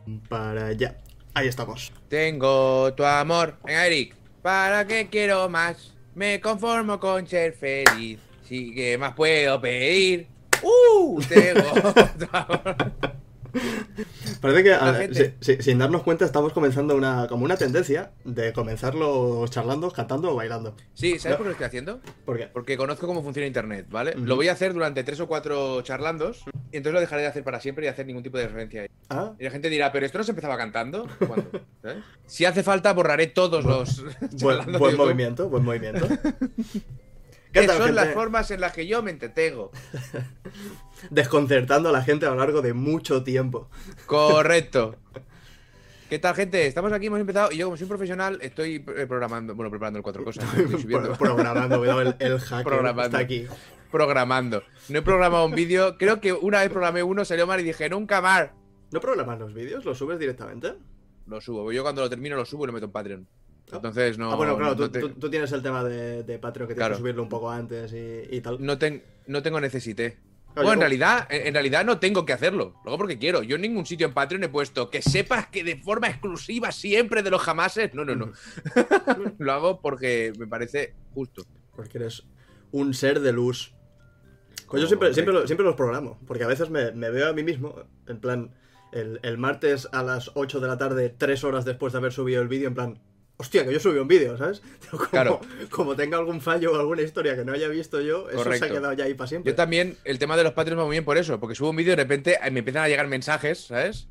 Para allá. Ahí estamos. Tengo tu amor. Venga, Eric. ¿Para qué quiero más? Me conformo con ser feliz. Sí, ¿qué más puedo pedir? Tengo tu amor. Parece que La gente. sin darnos cuenta estamos comenzando como una tendencia de comenzarlo charlando, cantando o bailando. Sí, ¿sabes No, por qué lo estoy haciendo? ¿por qué? Porque conozco cómo funciona internet, ¿vale? Ujú. Lo voy a hacer durante 3 o 4 charlandos y entonces lo dejaré de hacer para siempre y hacer ningún tipo de referencia ahí. Ah, Y la gente dirá, ¿pero esto no se empezaba cantando? ¿Cuándo? ¿Sabes? Si hace falta, borraré todos los charlandos de buen YouTube. movimiento, buen movimiento. ¿Qué Que tal, son las gente? formas en las que yo me entretengo. Desconcertando a la gente a lo largo de mucho tiempo. Correcto. ¿Qué tal, gente? Estamos aquí, hemos empezado y yo, como soy un profesional, estoy preparando el cuatro cosas. Estoy subiendo. Programando, cuidado, el hacker Programando. está aquí. Programando. No he programado un vídeo. Creo que una vez programé uno, salió mal y dije, nunca más. ¿No programas los vídeos? ¿Los subes directamente? Lo subo. Yo cuando lo termino lo subo y lo meto en Patreon. Entonces no. Bueno, claro, no, tú tienes el tema de Patreon que tienes Claro. que subirlo un poco antes y tal. no tengo necesité. Claro, Bueno, en realidad no tengo que hacerlo. Luego porque quiero. Yo en ningún sitio en Patreon he puesto que sepas que de forma exclusiva siempre de los jamases. No. Lo hago porque me parece justo. Porque eres un ser de luz. Pues yo siempre los programo, porque a veces me veo a mí mismo, en plan, el martes a las 8 de la tarde, 3 horas después de haber subido el vídeo, en plan, hostia, que yo subí un vídeo, ¿sabes? Claro. Como tenga algún fallo o alguna historia que no haya visto yo, eso Correcto. se ha quedado ya ahí para siempre. Yo también, el tema de los Patreons va muy bien por eso, porque subo un vídeo y de repente me empiezan a llegar mensajes, ¿sabes?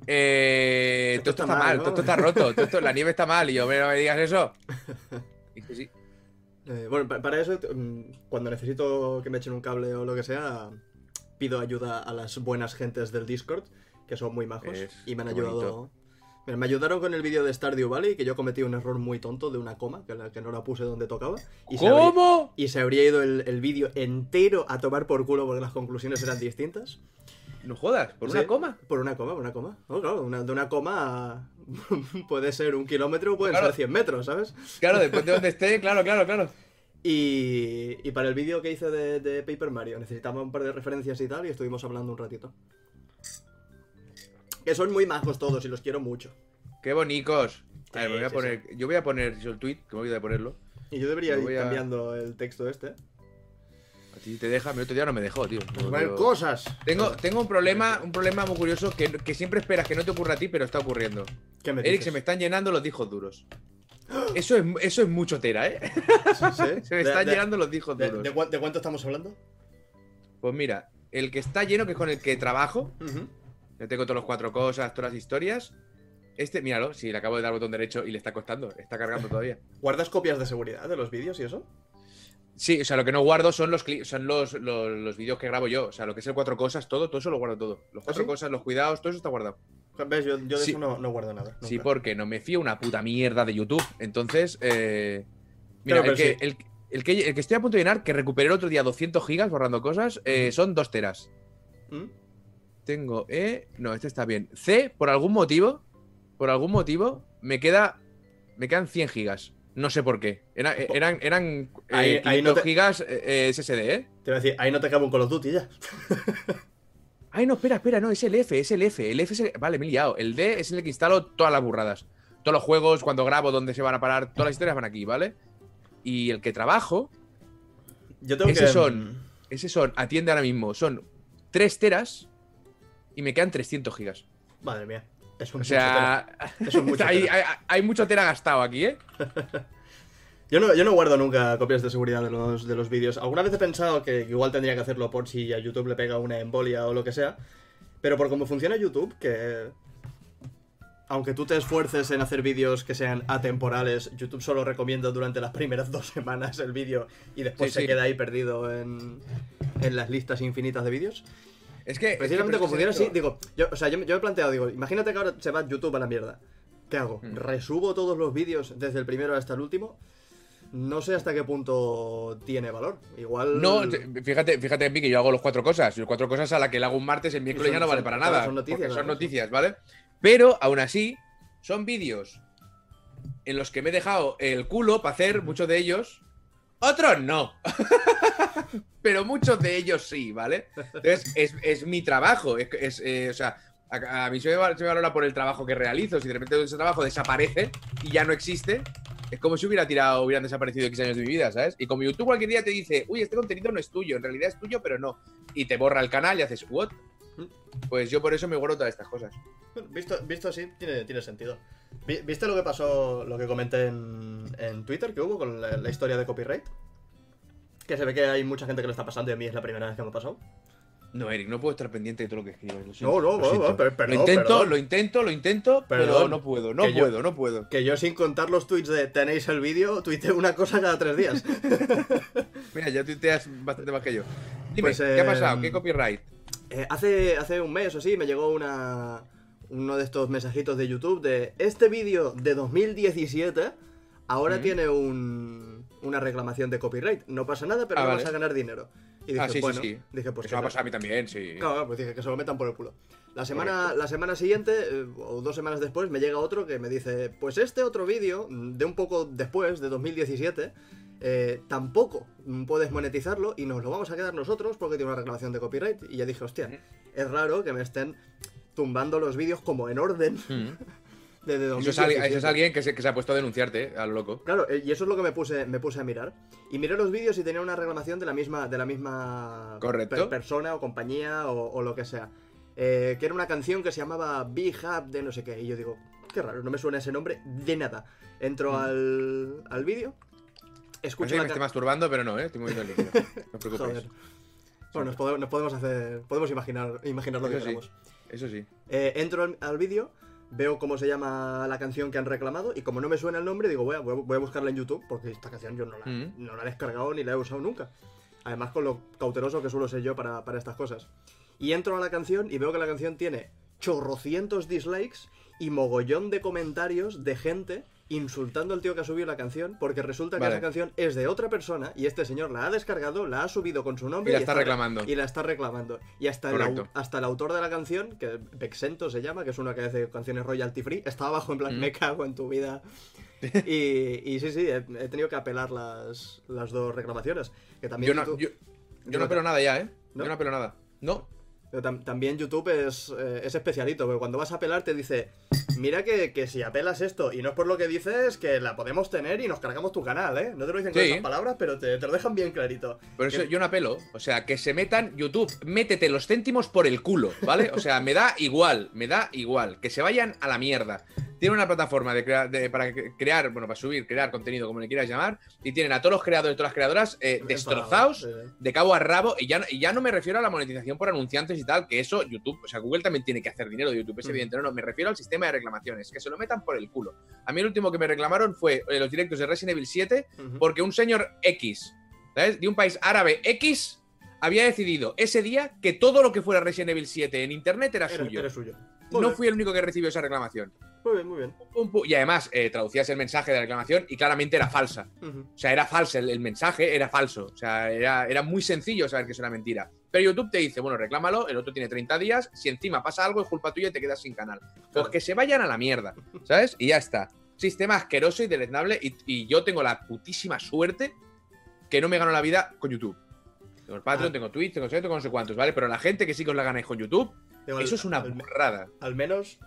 Esto está mal, ¿no? esto está roto, la nieve está mal, y yo, no me digas eso. Y que sí. Bueno, para eso, cuando necesito que me echen un cable o lo que sea, pido ayuda a las buenas gentes del Discord, que son muy majos, y me han ayudado. Bonito. Mira, me ayudaron con el vídeo de Stardew Valley, que yo cometí un error muy tonto de una coma, que no la puse donde tocaba. Y ¿Cómo? Se habría ido el vídeo entero a tomar por culo porque las conclusiones eran distintas. No jodas, ¿por una Sí, coma? Por una coma. No, claro, de una coma puede ser 1 kilómetro o pueden Claro. ser 100 metros, ¿sabes? Claro, después de donde esté, claro. Y para el vídeo que hice de Paper Mario necesitaba un par de referencias y tal, y estuvimos hablando un ratito. Que son muy majos todos y los quiero mucho. Qué bonicos. A ver, Sí, me voy a sí, poner, yo voy a poner el tweet, que me olvidé de ponerlo. Y yo debería Lo ir voy a- cambiando el texto este. A ti te deja, mi otro día no me dejó, tío. No, Poner no. cosas. Tengo un problema muy curioso que siempre esperas que no te ocurra a ti, pero está ocurriendo. ¿Qué me Eric, dices? se me están llenando los discos duros. Eso es mucho tera, ¿eh? ¿Sí? Se me están llenando los discos duros. ¿De cuánto estamos hablando? Pues mira, el que está lleno, que es con el que trabajo, Ujú. ya tengo todas las 4 cosas, todas las historias. Este, míralo, sí, le acabo de dar botón derecho y le está costando, está cargando todavía. ¿Guardas copias de seguridad de los vídeos y eso? Sí, o sea, lo que no guardo son los vídeos que grabo yo. O sea, lo que es el 4 cosas, todo eso lo guardo todo. Los 4 sí? cosas, los cuidados, todo eso está guardado. ¿Ves? Yo de Sí. eso no guardo nada. Sí, nunca. porque no me fío una puta mierda de YouTube. Entonces, mira, Pero el que estoy a punto de llenar, que recuperé el otro día 200 gigas borrando cosas, son 2 teras. ¿Mm? Tengo no, este está bien. C, por algún motivo, me quedan 100 gigas. No sé por qué. Eran Ahí 500 no te- gigas SSD, ¿eh? Te voy a decir, ahí no te cabe un Call of Duty ya. Ay, no, espera, no, es el F. El F es el... Vale, me he liado. El D es el que instalo todas las burradas. Todos los juegos, cuando grabo, dónde se van a parar, todas las historias van aquí, ¿vale? Y el que trabajo, Yo tengo ese que... son, atiende ahora mismo, son 3 teras y me quedan 300 gigas. Madre mía. Es un O mucho sea, tela. Eso es mucho hay, tela. hay mucho tera gastado aquí, ¿eh? Yo no guardo nunca copias de seguridad de los vídeos. Alguna vez he pensado que igual tendría que hacerlo por si a YouTube le pega una embolia o lo que sea. Pero por cómo funciona YouTube, que... Aunque tú te esfuerces en hacer vídeos que sean atemporales, YouTube solo recomienda durante las primeras 2 semanas el vídeo y después Sí, se sí. queda ahí perdido en las listas infinitas de vídeos. Es que... Precisamente pero como funciona es que así, digo, yo me he planteado, digo, imagínate que ahora se va YouTube a la mierda. ¿Qué hago? ¿Resubo todos los vídeos desde el primero hasta el último? No sé hasta qué punto tiene valor. Igual... No, fíjate en mí que yo hago los 4 cosas. Y los 4 cosas a la que le hago un martes, el miércoles ya no vale para nada. Son noticias, porque son ¿no? noticias, ¿vale? Pero, aún así, son vídeos en los que me he dejado el culo para hacer muchos de ellos. Otros no. Pero muchos de ellos sí, ¿vale? Entonces, es mi trabajo. O sea, A mí se me valora por el trabajo que realizo. Si de repente ese trabajo desaparece y ya no existe, es como si hubieran desaparecido X años de mi vida, ¿sabes? Y como YouTube cualquier día te dice, uy, este contenido no es tuyo, en realidad es tuyo, pero no. Y te borra el canal y haces, ¿what? Pues yo por eso me guardo todas estas cosas. Visto así, tiene sentido. ¿Viste lo que pasó, lo que comenté en Twitter que hubo con la historia de copyright? Que se ve que hay mucha gente que lo está pasando y a mí es la primera vez que me ha pasado. No, Eric, no puedo estar pendiente de todo lo que escribes. No, Lo intento, pero no puedo. Que yo sin contar los tweets de tenéis el vídeo, tuiteo una cosa cada 3 días. Mira, ya tuiteas bastante más que yo. Dime, Pues, ¿qué ha pasado? ¿Qué copyright? Hace un mes o así me llegó uno de estos mensajitos de YouTube de este vídeo de 2017 ahora tiene una reclamación de copyright. No pasa nada, pero no vas a ganar dinero. Y dije, sí, bueno, sí. dije, pues eso me ha pasado a mí también, sí. Claro, pues dije que se lo metan por el culo. La semana siguiente, o 2 semanas después, me llega otro que me dice, pues este otro vídeo, de un poco después, de 2017, tampoco puedes monetizarlo y nos lo vamos a quedar nosotros porque tiene una reclamación de copyright. Y ya dije, hostia, es raro que me estén tumbando los vídeos como en orden. Desde 2017. Eso es alguien que se ha puesto a denunciarte, a lo loco. Claro, y eso es lo que me puse a mirar. Y miré los vídeos y tenía una reclamación de la misma persona o compañía o lo que sea. Que era una canción que se llamaba Be Hub de no sé qué. Y yo digo, qué raro, no me suena ese nombre de nada. Entro al vídeo, escucho me estoy masturbando, pero no, estoy moviendo el líquido. No os preocupéis. Joder. Bueno, podemos imaginar lo que queramos. Eso sí. Entro al vídeo, veo cómo se llama la canción que han reclamado y como no me suena el nombre, digo, voy a buscarla en YouTube porque esta canción yo no la he descargado ni la he usado nunca. Además, con lo cauteloso que suelo ser yo para estas cosas. Y entro a la canción y veo que la canción tiene chorrocientos dislikes y mogollón de comentarios de gente insultando al tío que ha subido la canción porque resulta que esa canción es de otra persona y este señor la ha descargado, la ha subido con su nombre y la está reclamando. Y hasta el autor de la canción, que Vexento se llama, que es uno que hace canciones royalty free, está abajo en plan, me cago en tu vida. y sí, he tenido que apelar las 2 reclamaciones. Que también yo no apelo nada ya, ¿No? Yo no apelo nada. No. Pero también YouTube es especialito, porque cuando vas a apelar te dice, mira que si apelas esto y no es por lo que dices, que la podemos tener y nos cargamos tu canal, ¿eh? No te lo dicen con esas palabras, pero te lo dejan bien clarito. Por eso yo no apelo, o sea, que se metan YouTube, métete los céntimos por el culo, ¿vale? O sea, me da igual, que se vayan a la mierda. Tienen una plataforma para crear, bueno, para subir, crear contenido, como le quieras llamar, y tienen a todos los creadores, todas las creadoras destrozados de cabo a rabo, y ya no me refiero a la monetización por anunciantes y tal, que eso YouTube, o sea, Google también tiene que hacer dinero de YouTube, es evidente, no, me refiero al sistema de reclamaciones, que se lo metan por el culo. A mí el último que me reclamaron fue los directos de Resident Evil 7, porque un señor X, ¿sabes? De un país árabe X, había decidido ese día que todo lo que fuera Resident Evil 7 en internet era suyo. No fui el único que recibió esa reclamación. Muy bien. Y además, traducías el mensaje de la reclamación y claramente era falsa. O sea, era falsa, el mensaje era falso. O sea, era muy sencillo saber que eso era mentira. Pero YouTube te dice, bueno, reclámalo, el otro tiene 30 días, si encima pasa algo es culpa tuya y te quedas sin canal. Pues que se vayan a la mierda, ¿sabes? Y ya está. Sistema asqueroso y deleznable y yo tengo la putísima suerte que no me gano la vida con YouTube. Tengo el Patreon, tengo Twitch, tengo no sé cuántos, ¿vale? Pero la gente que sí que os la ganáis con YouTube, eso es una burrada. Al menos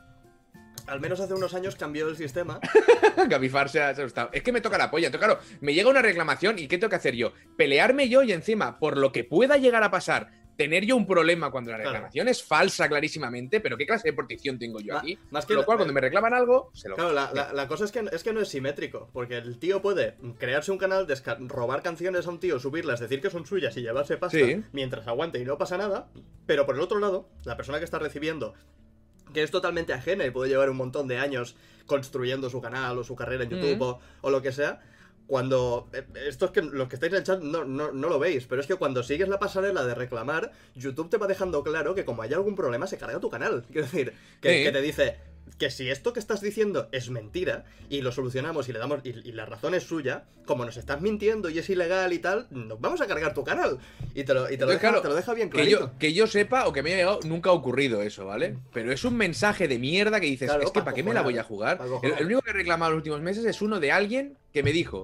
hace unos años cambió el sistema. Gabifar se ha asustado. Es que me toca la polla. Entonces, claro, me llega una reclamación y ¿qué tengo que hacer yo? Pelearme yo y encima, por lo que pueda llegar a pasar, tener yo un problema cuando la reclamación es falsa clarísimamente, pero ¿qué clase de protección tengo yo aquí? Más que lo cual, cuando me reclaman algo, se lo... Claro, la cosa es que no es simétrico, porque el tío puede crearse un canal, robar canciones a un tío, subirlas, decir que son suyas y llevarse pasta mientras aguante y no pasa nada, pero por el otro lado, la persona que está recibiendo, que es totalmente ajena y puede llevar un montón de años construyendo su canal o su carrera en YouTube o lo que sea, cuando... Esto es que los que estáis en el chat no lo veis, pero es que cuando sigues la pasarela de reclamar, YouTube te va dejando claro que como hay algún problema se carga tu canal. Quiero decir, que te dice que si esto que estás diciendo es mentira y lo solucionamos y le damos y la razón es suya, como nos estás mintiendo y es ilegal y tal, nos vamos a cargar tu canal. Y te lo deja bien clarito. Que yo sepa o que me haya llegado, nunca ha ocurrido eso, ¿vale? Pero es un mensaje de mierda que dices, es que ¿para qué me la voy a jugar? El único que he reclamado en los últimos meses es uno de alguien que me dijo,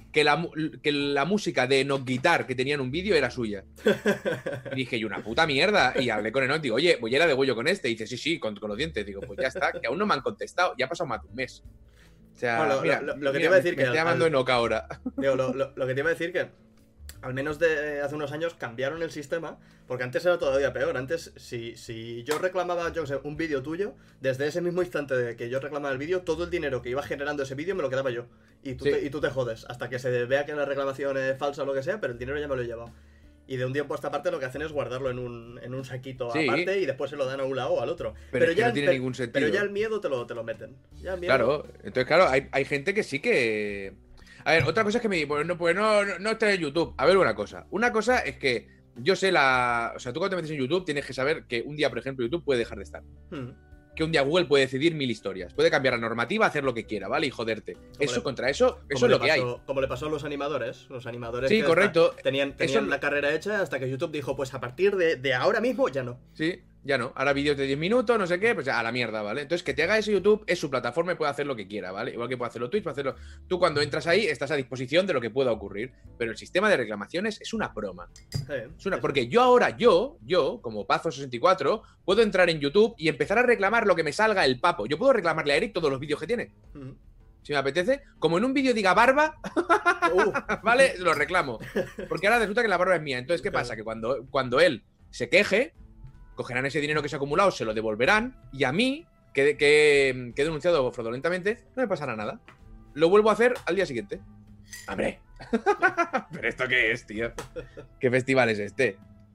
que la música de No Guitar que tenía en un vídeo era suya. Y dije, y una puta mierda. Y hablé con Enoch, digo, oye, voy a ir a degüello con este. Y dice, sí, con los dientes. Digo, pues ya está, que aún no me han contestado. Ya ha pasado más de un mes. O sea, Bueno, mira, lo que te iba a decir me que está llamando Enoch ahora. Digo, lo que te iba a decir que al menos de hace unos años cambiaron el sistema, porque antes era todavía peor. Antes, si yo reclamaba, yo qué sé, un vídeo tuyo, desde ese mismo instante de que yo reclamaba el vídeo, todo el dinero que iba generando ese vídeo me lo quedaba yo. Y tú te jodes, hasta que se vea que la reclamación es falsa o lo que sea, pero el dinero ya me lo he llevado. Y de un tiempo a esta parte lo que hacen es guardarlo en un saquito aparte y después se lo dan a un lado o al otro. Pero es que no tiene ningún sentido. Pero ya el miedo te lo meten. Ya el miedo... Claro, entonces claro, hay gente que sí que... A ver, otra cosa es que me dice, pues no está en YouTube. A ver, una cosa es que yo sé o sea, tú cuando te metes en YouTube tienes que saber que un día, por ejemplo, YouTube puede dejar de estar. Que un día Google puede decidir 1000 historias. Puede cambiar la normativa, hacer lo que quiera, ¿vale? Y joderte. Contra eso es lo que hay. Como le pasó a los animadores. Los animadores sí, que correcto. Tenían la carrera hecha hasta que YouTube dijo, pues a partir de ahora mismo ya no. Sí, ya no. Ahora vídeos de 10 minutos, no sé qué, pues ya a la mierda, ¿vale? Entonces, que te haga eso YouTube es su plataforma y puede hacer lo que quiera, ¿vale? Igual que puede hacerlo Twitch, puede hacerlo... Tú cuando entras ahí estás a disposición de lo que pueda ocurrir. Pero el sistema de reclamaciones es una broma. Porque yo ahora, yo, como Pazo64, puedo entrar en YouTube y empezar a reclamar lo que me salga el papo. Yo puedo reclamarle a Eric todos los vídeos que tiene. Si me apetece, como en un vídeo diga barba, ¿vale? Lo reclamo. Porque ahora resulta que la barba es mía. Entonces, ¿qué pasa? Que cuando él se queje, cogerán ese dinero que se ha acumulado, se lo devolverán, y a mí, que he denunciado fraudulentamente, no me pasará nada. Lo vuelvo a hacer al día siguiente. ¡Hombre! ¿Pero esto qué es, tío? ¿Qué festival es este?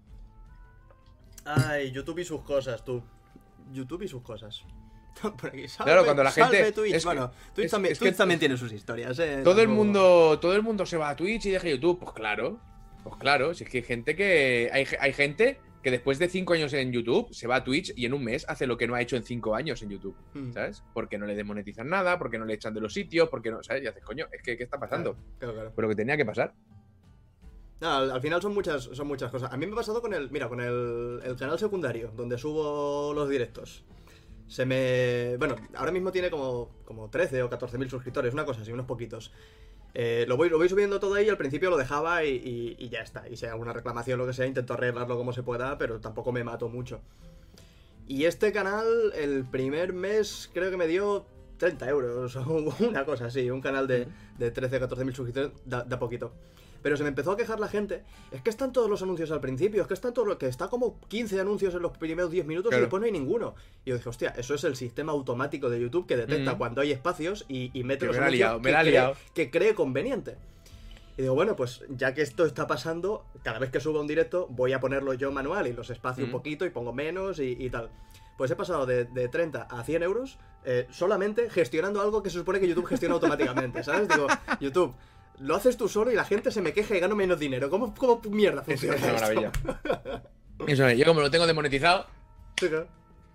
Ay, YouTube y sus cosas, tú. YouTube y sus cosas. Por aquí, claro, cuando la gente... Twitch. Bueno, Twitch también tiene sus historias, todo el mundo se va a Twitch y deja YouTube. Pues claro, si es que hay gente que... Hay gente que después de 5 años en YouTube se va a Twitch y en un mes hace lo que no ha hecho en 5 años en YouTube, ¿sabes? Porque no le demonetizan nada, porque no le echan de los sitios, porque no, ¿sabes? Y haces, coño, es que ¿qué está pasando? Claro. Pero que tenía que pasar. No, al final son muchas cosas. A mí me ha pasado con el canal secundario, donde subo los directos. Bueno, ahora mismo tiene como 13 o 14.000 suscriptores, una cosa así, unos poquitos. Lo voy subiendo todo ahí, al principio lo dejaba y ya está. Y si hay alguna reclamación o lo que sea, intento arreglarlo como se pueda, pero tampoco me mato mucho. Y este canal, el primer mes, creo que me dio 30 euros o una cosa así. Un canal de 13 o 14.000 suscriptores da poquito. Pero se me empezó a quejar la gente. Es que están todos los anuncios al principio. Es que está como 15 anuncios en los primeros 10 minutos y después no hay ninguno. Y yo dije, hostia, eso es el sistema automático de YouTube que detecta cuando hay espacios y mete los anuncios que cree conveniente. Y digo, bueno, pues ya que esto está pasando, cada vez que suba un directo voy a ponerlo yo manual y los espacio un poquito y pongo menos y tal. Pues he pasado de 30 a 100 euros solamente gestionando algo que se supone que YouTube gestiona automáticamente, ¿sabes? Digo, YouTube... Lo haces tú solo y la gente se me queja y gano menos dinero. ¿Cómo mierda funciona esto? Es una maravilla. Eso, yo como lo tengo demonetizado... Sí, claro.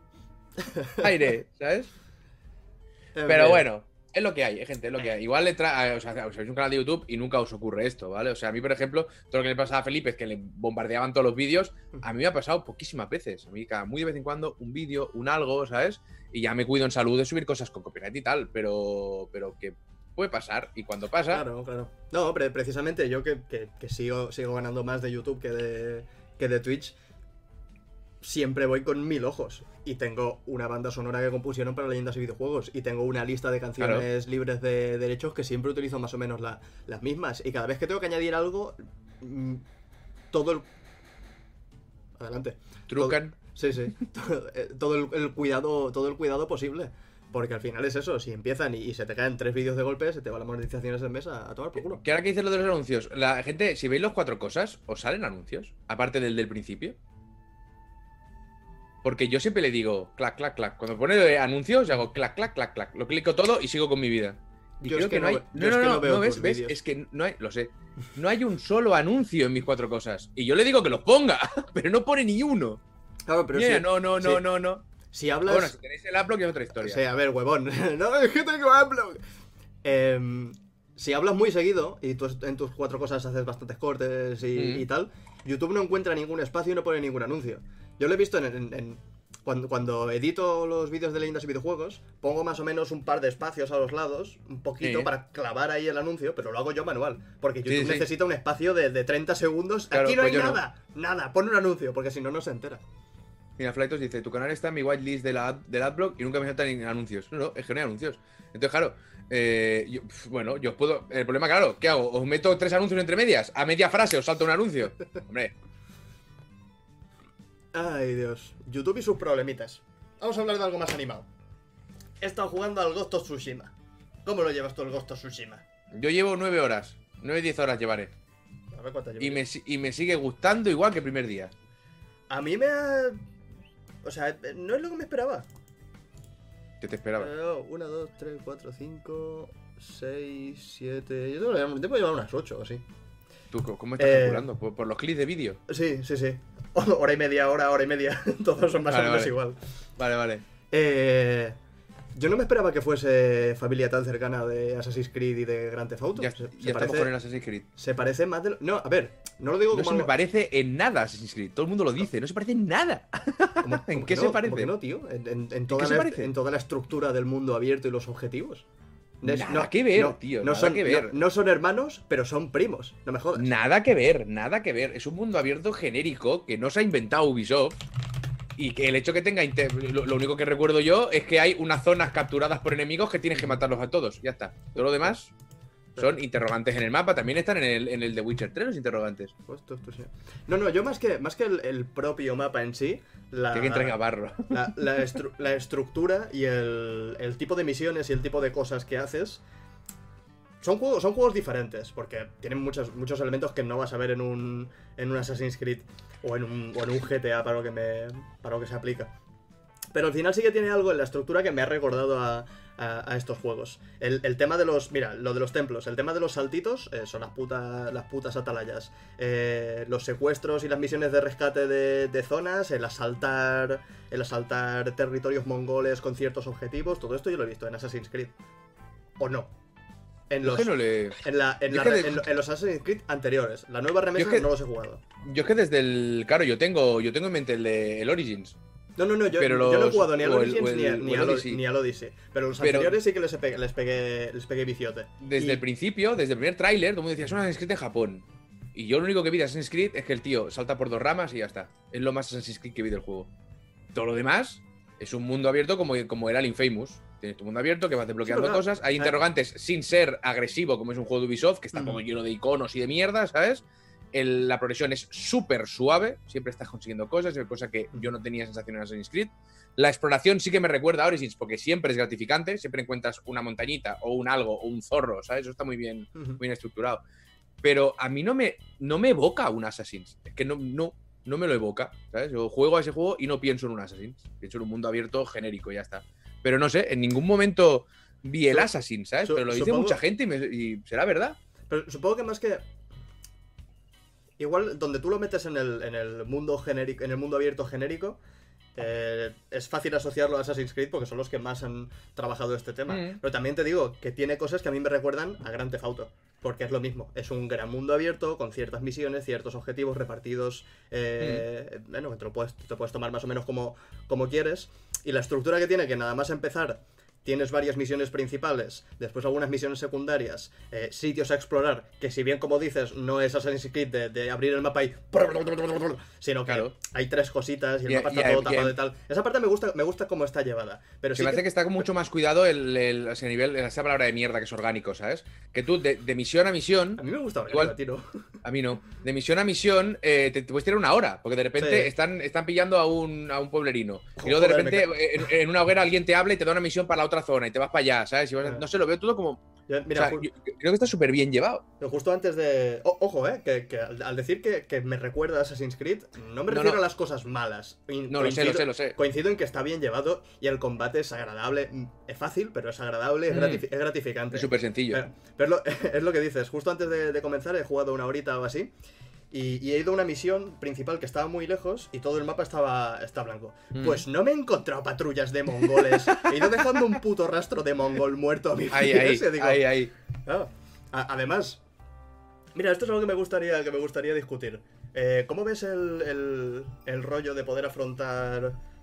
Aire, ¿sabes? Pero bueno, es lo que hay, gente, es lo que hay. Igual o sea, os un canal de YouTube y nunca os ocurre esto, ¿vale? O sea, a mí, por ejemplo, todo lo que le pasaba a Felipe es que le bombardeaban todos los vídeos. A mí me ha pasado poquísimas veces. A mí, muy de vez en cuando, un vídeo, un algo, ¿sabes? Y ya me cuido en salud de subir cosas con copyright y tal, pero que... puede pasar, y cuando pasa... Claro. No, precisamente yo que sigo ganando más de YouTube que de Twitch, siempre voy con 1000 ojos. Y tengo una banda sonora que compusieron para leyendas y videojuegos. Y tengo una lista de canciones libres de derechos que siempre utilizo más o menos las mismas. Y cada vez que tengo que añadir algo, todo el... Adelante. Trucan. Sí. Todo el cuidado posible. Porque al final es eso, si empiezan y se te caen 3 vídeos de golpe, se te van las monetizaciones del mes a tomar por culo. Que ahora que dices lo de los anuncios, la gente, si veis los 4 cosas, ¿os salen anuncios? Aparte del principio. Porque yo siempre le digo, clac, clac, clac. Cuando pone anuncios, yo hago clac, clac, clac, clac. Lo clico todo y sigo con mi vida. Y yo creo es que no hay... no ¿ves? Es que no hay... Lo sé. No hay un solo anuncio en mis 4 cosas. Y yo le digo que los ponga, pero no pone ni uno. Claro, pero Mira, no. Si hablas... Bueno, si tenéis el Adblock es otra historia. Sí, a ver, huevón. No, es que tengo Adblock. Si hablas muy seguido y tú en tus 4 cosas haces bastantes cortes y tal, YouTube no encuentra ningún espacio y no pone ningún anuncio. Yo lo he visto cuando edito los vídeos de leyendas y videojuegos, pongo más o menos un par de espacios a los lados, un poquito para clavar ahí el anuncio, pero lo hago yo manual. Porque YouTube necesita un espacio de 30 segundos. Claro, aquí no hay nada, nada, pon un anuncio, porque si no, no se entera. Mira, Flightos dice, tu canal está en mi whitelist del adblock y nunca me saltan ni anuncios. No, es que no hay anuncios. Entonces, claro, yo os puedo... El problema, claro, ¿qué hago? ¿Os meto 3 anuncios entre medias? A media frase os salta un anuncio. Hombre. Ay, Dios. YouTube y sus problemitas. Vamos a hablar de algo más animado. He estado jugando al Ghost of Tsushima. ¿Cómo lo llevas tú el Ghost of Tsushima? Yo llevo 9 horas. 9-10 horas llevaré. A ver cuántas llevo. Y me sigue gustando igual que el primer día. A mí me ha... O sea, no es lo que me esperaba. ¿Qué te esperaba? 1, 2, 3, 4, 5, 6, 7... Yo tengo que llevar unas 8 o así. ¿Tú cómo estás calculando? ¿Por los clics de vídeo? Sí. Hora y media. Todos son más o menos igual. Vale. Yo no me esperaba que fuese familia tan cercana de Assassin's Creed y de Grand Theft Auto. Ya estamos con el Assassin's Creed. Se parece más de... No, a ver, no lo digo como... No se me parece en nada Assassin's Creed. Todo el mundo lo dice. No se parece en nada. ¿En qué se parece? ¿Cómo que no, tío? En toda la estructura del mundo abierto y los objetivos. Nada que ver, tío. Nada que ver. No son hermanos, pero son primos. No me jodas. Nada que ver. Es un mundo abierto genérico que no se ha inventado Ubisoft. Y que el hecho que tenga... Lo único que recuerdo yo es que hay unas zonas capturadas por enemigos que tienes que matarlos a todos. Ya está. Todo lo demás son interrogantes en el mapa. También están en el de Witcher 3 los interrogantes. Sí. No, yo más que el propio mapa en sí... Que entrega barro. La estructura y el tipo de misiones y el tipo de cosas que haces... Son juegos diferentes, porque tienen muchos elementos que no vas a ver en un Assassin's Creed o en un GTA para lo que se aplica. Pero al final sí que tiene algo en la estructura que me ha recordado a estos juegos. El tema de los... Mira, lo de los templos. El tema de los saltitos son las putas atalayas. Los secuestros y las misiones de rescate de zonas. El asaltar territorios mongoles con ciertos objetivos. Todo esto yo lo he visto en Assassin's Creed. ¿O no? En los Assassin's Creed anteriores. La nueva remesa no los he jugado. Yo es que desde el... Claro, yo tengo en mente el Origins. No, yo no he jugado ni al Origins ni al Odyssey. Pero los anteriores sí que les pegué viciote. Desde el principio, desde el primer tráiler, todo el mundo decía, es un Assassin's Creed en Japón. Y yo lo único que vi de Assassin's Creed es que el tío salta por 2 ramas y ya está. Es lo más Assassin's Creed que vi del juego. Todo lo demás es un mundo abierto como era el Infamous. Tienes tu mundo abierto que vas desbloqueando cosas. Hay interrogantes sin ser agresivo, como es un juego de Ubisoft, que está todo lleno de iconos y de mierda, ¿sabes? La progresión es súper suave. Siempre estás consiguiendo cosas, cosa que yo no tenía sensación en Assassin's Creed. La exploración sí que me recuerda a Origins, porque siempre es gratificante. Siempre encuentras una montañita o un algo o un zorro, ¿sabes? Eso está muy bien estructurado. Pero a mí no me evoca un Assassin's. Es que no me lo evoca, ¿sabes? Yo juego a ese juego y no pienso en un Assassin's. Pienso en un mundo abierto genérico y ya está. Pero no sé, en ningún momento vi el Assassin, ¿sabes? Pero lo dice mucha gente y será verdad. Pero supongo que más que... Igual, donde tú lo metes en el mundo genérico, en el mundo abierto genérico, es fácil asociarlo a Assassin's Creed porque son los que más han trabajado este tema. Pero también te digo que tiene cosas que a mí me recuerdan a Grand Theft Auto. Porque es lo mismo, es un gran mundo abierto con ciertas misiones, ciertos objetivos repartidos, bueno, que te puedes tomar más o menos como quieres. Y la estructura que tiene, que nada más empezar, tienes varias misiones principales, después algunas misiones secundarias, sitios a explorar, que si bien como dices, no es Assassin's Creed de abrir el mapa y... sino que hay 3 cositas y el mapa está todo tapado y tal. Esa parte me gusta cómo está llevada. Pero sí me parece que está con mucho más cuidado ese nivel, esa palabra de mierda que es orgánico, ¿sabes? Que tú de misión a misión... A mí me gusta igual, tiro. A mí no. De misión a misión te puedes tirar 1 hora, porque de repente están pillando a un pueblerino. Y luego de repente en una hoguera alguien te habla y te da una misión para la otra zona y te vas para allá, ¿sabes? No sé, lo veo todo como... Mira, yo creo que está súper bien llevado. Pero justo antes de... ojo, que al decir que me recuerda a Assassin's Creed, no me refiero a las cosas malas. Lo sé. Coincido en que está bien llevado y el combate es agradable. Es fácil, pero es agradable, es gratificante. Es súper sencillo. Pero es lo que dices. Justo antes de comenzar he jugado 1 horita o así. Y he ido a una misión principal que estaba muy lejos y todo el mapa está blanco. Pues no me he encontrado patrullas de mongoles. He ido dejando un puto rastro de mongol muerto a mi pies. Ahí. Además, mira, esto es algo que me gustaría discutir. ¿Cómo ves el rollo de poder afrontar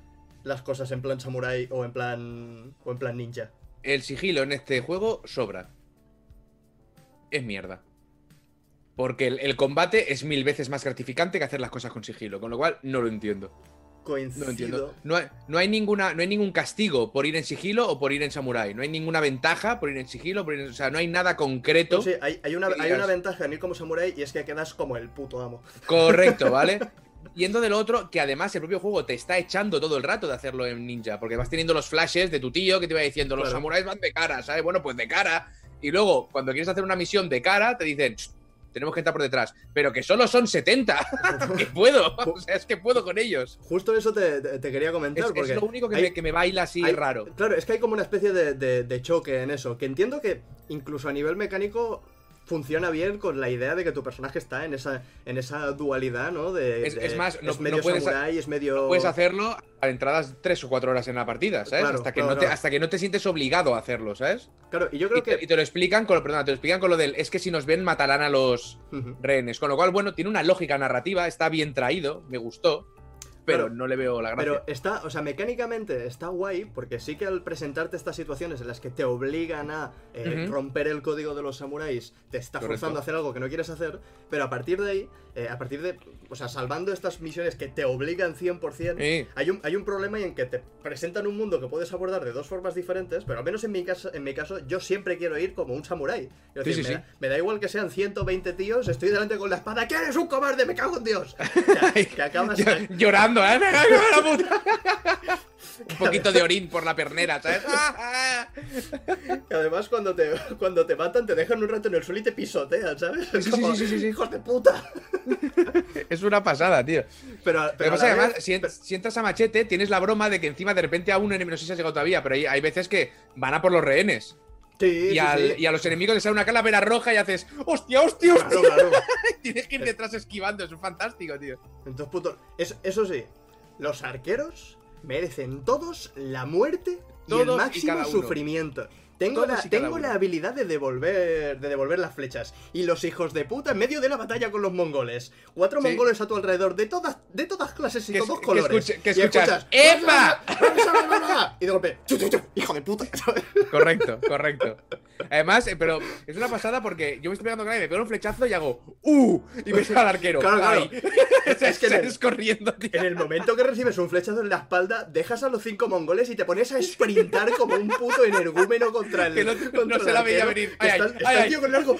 las cosas en plan samurai o en plan ninja? El sigilo en este juego sobra. Es mierda. Porque el combate es 1000 veces más gratificante que hacer las cosas con sigilo. Con lo cual, no lo entiendo. Coincido. No lo entiendo. No hay ningún castigo por ir en sigilo o por ir en samurai. No hay ninguna ventaja por ir en sigilo. O sea, no hay nada concreto. No, sí, hay una ventaja en ir como samurai y es que quedas como el puto amo. Correcto, ¿vale? Yendo del otro, que además el propio juego te está echando todo el rato de hacerlo en ninja. Porque vas teniendo los flashes de tu tío que te va diciendo, los samuráis van de cara, ¿sabes? Bueno, pues de cara. Y luego, cuando quieres hacer una misión de cara, te dicen, tenemos que estar por detrás. Pero que solo son 70. Que puedo. O sea, es que puedo con ellos. Justo eso te quería comentar. Porque es lo único que me baila así raro. Claro, es que hay como una especie de choque en eso. Que entiendo que incluso a nivel mecánico funciona bien con la idea de que tu personaje está en esa dualidad, ¿no? Es más, es medio samurai, es medio... No puedes hacerlo a entradas 3 o 4 horas en la partida, ¿sabes? Claro, hasta que no te sientes obligado a hacerlo, ¿sabes? Claro, y yo creo que... Y te lo explican con lo del... Es que si nos ven matarán a los rehenes. Con lo cual, bueno, tiene una lógica narrativa, está bien traído, me gustó. Pero no le veo la gracia. Pero está, o sea, mecánicamente está guay, porque sí que al presentarte estas situaciones en las que te obligan a romper el código de los samuráis, te está forzando a hacer algo que no quieres hacer, pero a partir de ahí, o sea, salvando estas misiones que te obligan 100%, hay un problema en que te presentan un mundo que puedes abordar de dos formas diferentes, pero al menos en mi caso yo siempre quiero ir como un samurái. Es decir, me da igual que sean 120 tíos, estoy delante con la espada, ¿qué eres un cobarde? ¡Me cago en Dios! Que acabas llorando, ¿eh? ¡Me cago en la puta! Un poquito de orín por la pernera, ¿sabes? Y además cuando te matan te dejan un rato en el suelo y te pisotean, ¿sabes? Sí. ¡Hijos de puta! Es una pasada, tío. Pero pasa, además, si entras a machete, tienes la broma de que encima de repente a un enemigo, no sé si has llegado todavía, pero hay veces que van a por los rehenes. Y a los enemigos les sale una calavera roja y haces ¡hostia! Claro. Tienes que ir detrás esquivando, eso es fantástico, tío. Entonces, eso sí, los arqueros merecen todos la muerte y el máximo sufrimiento. Tengo la habilidad de devolver las flechas. Y los hijos de puta en medio de la batalla con los mongoles. 4 mongoles a tu alrededor, de todas clases y todos colores. Que escuchas ¡epa! Y de golpe, ¡hijo de puta! Correcto. Además, pero es una pasada porque yo me estoy pegando con él, me pego un flechazo y hago y me sale al arquero. Claro. Es que sales corriendo, tío. En el momento que recibes un flechazo en la espalda, dejas a los 5 mongoles y te pones a sprintar como un puto energúmeno contra el. Que no se la veía venir. Está el tío con el arco.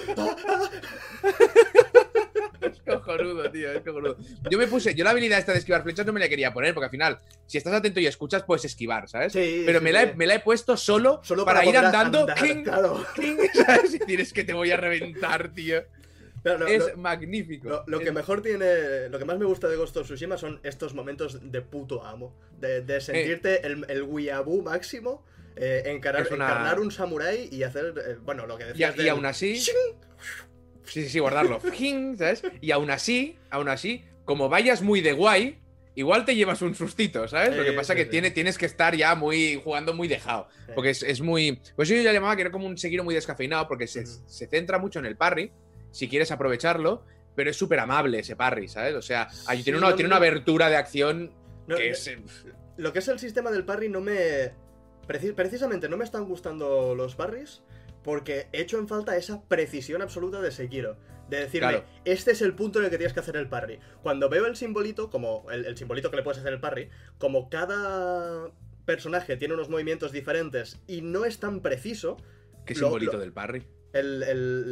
Es cojonudo, tío, es cojonudo. Yo la habilidad esta de esquivar flechas no me la quería poner, porque al final, si estás atento y escuchas, puedes esquivar, ¿sabes? Sí, pero me la he puesto solo para ir andando. Claro. ¿Sabes? Si tienes que te voy a reventar, tío. Es magnífico. Lo que mejor tiene. Lo que más me gusta de Ghost of Tsushima son estos momentos de puto amo. De sentirte el weeaboo máximo. Encarnar un samurái y hacer. Bueno, lo que decías. Y aún así. Sí, guardarlo. ¿Sabes? Y aún así, como vayas muy de guay, igual te llevas un sustito, ¿sabes? Lo que pasa es que tienes que estar ya jugando muy dejado. Porque es muy. Pues yo ya llamaba que era como un Sekiro muy descafeinado, porque se centra mucho en el parry, si quieres aprovecharlo, pero es súper amable ese parry, ¿sabes? O sea, tiene una abertura de acción que es. Lo que es el sistema del parry no me. Precisamente no me están gustando los parries. Porque he hecho en falta esa precisión absoluta de Sekiro. De decirme, este es el punto en el que tienes que hacer el parry. Cuando veo el simbolito, como el simbolito que le puedes hacer el parry, como cada personaje tiene unos movimientos diferentes y no es tan preciso. ¿Qué simbolito del parry? El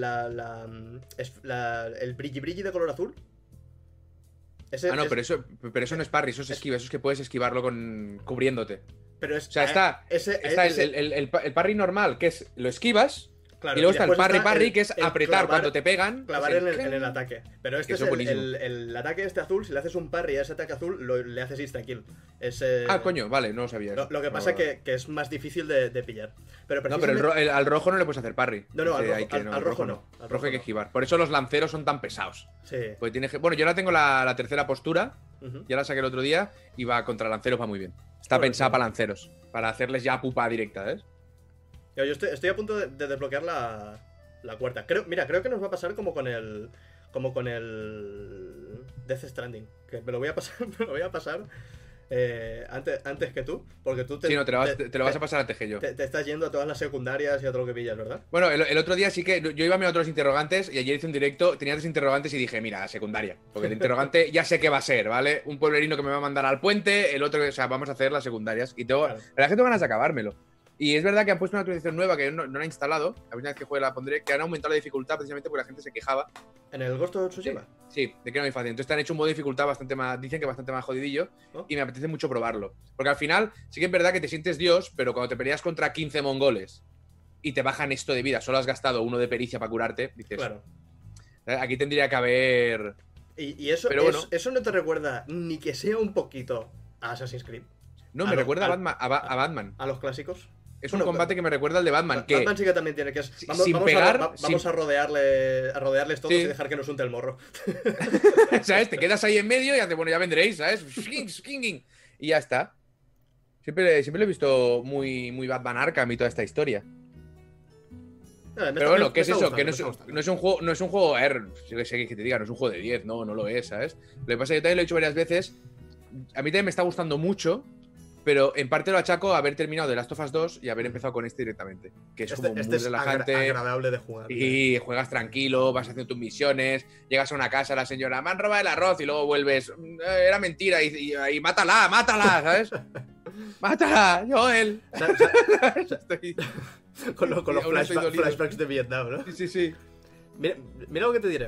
brilli de color azul. Pero eso no es parry, eso es esquiva. Eso es que puedes esquivarlo cubriéndote. Pero está el parry normal, que es lo esquivas, y luego está el parry, que es apretar cuando te pegan. Clavar en el ataque. Pero este es el ataque azul, si le haces un parry a ese ataque azul, le haces insta-kill. Coño, vale, no lo sabía. Lo que pasa es que es más difícil de pillar. Pero al rojo no le puedes hacer parry. No, al rojo no. Al rojo hay que esquivar. Por eso los lanceros son tan pesados. Sí. Pues bueno, yo ahora tengo la tercera postura, ya la saqué el otro día, y va contra lanceros, va muy bien. Está pensada para lanceros, para hacerles ya pupa directa, ¿ves? Yo estoy a punto de desbloquear la cuarta. Creo que nos va a pasar como con el Death Stranding. Que me lo voy a pasar antes que tú, porque tú te, Sí, no, te lo vas a pasar antes que yo. te estás yendo a todas las secundarias y a todo lo que pillas, ¿verdad? Bueno, el otro día sí que yo iba a mirar otros interrogantes y ayer hice un directo, tenía 3 interrogantes y dije, mira, secundaria. Porque el interrogante ya sé qué va a ser, ¿vale? Un pueblerino que me va a mandar al puente, el otro, o sea, vamos a hacer las secundarias. Y tengo, Claro. la verdad es que tengo ganas de acabármelo. Y es verdad que han puesto una actualización nueva que yo no la he instalado, la primera vez que juegue la pondré, que han aumentado la dificultad precisamente porque la gente se quejaba. ¿En el Ghost of Tsushima? Sí, de que no es fácil. Entonces te han hecho un modo de dificultad bastante más, dicen que bastante más jodidillo, ¿No? y me apetece mucho probarlo. Porque al final sí que es verdad que te sientes Dios, pero cuando te peleas contra 15 mongoles y te bajan esto de vida, solo has gastado 1 de pericia para curarte, dices, Claro. aquí tendría que haber... Y eso, Pero bueno. eso no te recuerda ni que sea un poquito a Assassin's Creed, No, A me lo- recuerda a al- Batman. A Batman. a los clásicos. Es Bueno, un combate que me recuerda al de Batman, que... Batman sí que también tiene que es. Si- Vamos, sin vamos pegar, vamos a rodearles todos Sí. y dejar que nos unte el morro. ¿Sabes? Te quedas ahí en medio y haces, bueno, ya vendréis, ¿sabes? Y ya está. Siempre lo he visto muy Batman Arkham y toda esta historia. Pero bueno, ¿qué es eso? Que no es un juego, a ver, yo que sé que te diga, no es un juego de 10, no lo es, ¿sabes? Lo que pasa es que yo también lo he dicho varias veces, a mí también me está gustando mucho, pero en parte lo achaco a haber terminado The Last of Us 2 y haber empezado con este directamente, que es como muy es relajante. agradable de jugar. Y juegas tranquilo, vas haciendo tus misiones, llegas a una casa, la señora, me han robado el arroz y luego vuelves, era mentira, y mátala, ¿sabes? ¡Mátala, Joel! Estoy... Con los Aún estoy dolido. flashbacks de Vietnam, ¿no? Sí. Mira lo que te diré.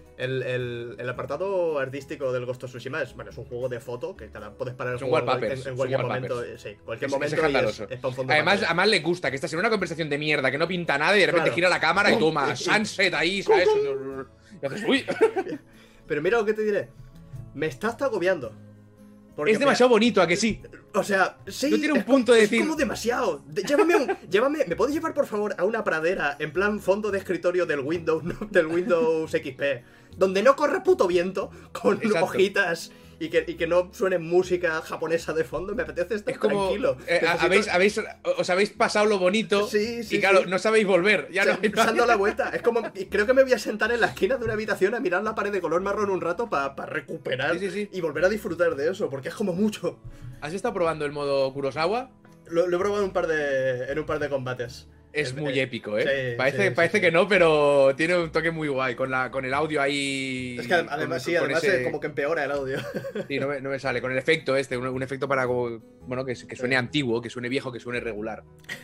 El apartado artístico del Ghost of Tsushima es un juego de foto que puedes parar el Son juego wallpapers, en cualquier son momento. wallpapers. Sí, cualquier Es momento escandaloso. es pa' un fondo de Además, pantalla. le gusta que estás en una conversación de mierda que no pinta nada y de repente Claro. gira la cámara y toma sunset ahí, ¿sabes? Y haces, uy. Pero mira lo que te diré. Me está hasta agobiando. Porque Es demasiado bonito, ¿a que sí? O sea, sí. No tiene un es punto de es decir- como demasiado. Llévame. ¿Me podéis llevar, por favor, a una pradera en plan fondo de escritorio del Windows, del Windows XP? Donde no corre puto viento, con Exacto. hojitas y que no suene música japonesa de fondo. Me apetece estar Es como. tranquilo. Necesito- Os habéis pasado lo bonito Sí, sí, y claro, sí. no sabéis volver. Ya O sea, no. dando la vuelta. Es como. Creo que me voy a sentar en la esquina de una habitación a mirar la pared de color marrón un rato para recuperar Sí. y volver a disfrutar de eso, porque es como mucho. ¿Has estado probando el modo Kurosawa? Lo he probado en un par de combates. Es muy épico, ¿eh? Sí, Parece sí. que no, pero tiene un toque muy guay. Con el audio ahí. Es que además, con ese- como que empeora el audio. Sí, no me sale. Con el efecto este, un efecto para bueno, que suene antiguo, que suene viejo, que suene regular.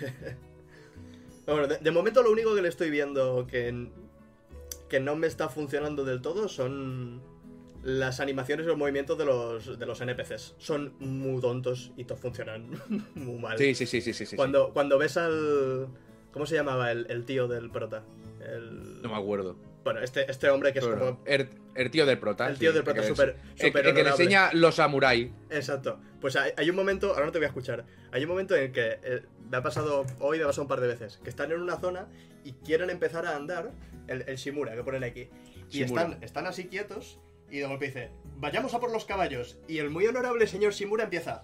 Bueno, de momento lo único que le estoy viendo que no me está funcionando del todo son las animaciones y los movimientos de los NPCs. Son muy tontos y todos funcionan muy mal. Sí. Cuando ves al... ¿Cómo se llamaba el tío del prota? No me acuerdo. Bueno, este hombre que es Pero, como... el tío del prota. El tío del prota, súper el que le honorable. enseña los samuráis. Exacto. Pues hay un momento, ahora no te voy a escuchar, hay un momento en que me ha pasado un par de veces, que están en una zona y quieren empezar a andar, el Shimura, que ponen aquí, y Shimura. están así quietos, y de golpe dice, vayamos a por los caballos, y el muy honorable señor Shimura empieza...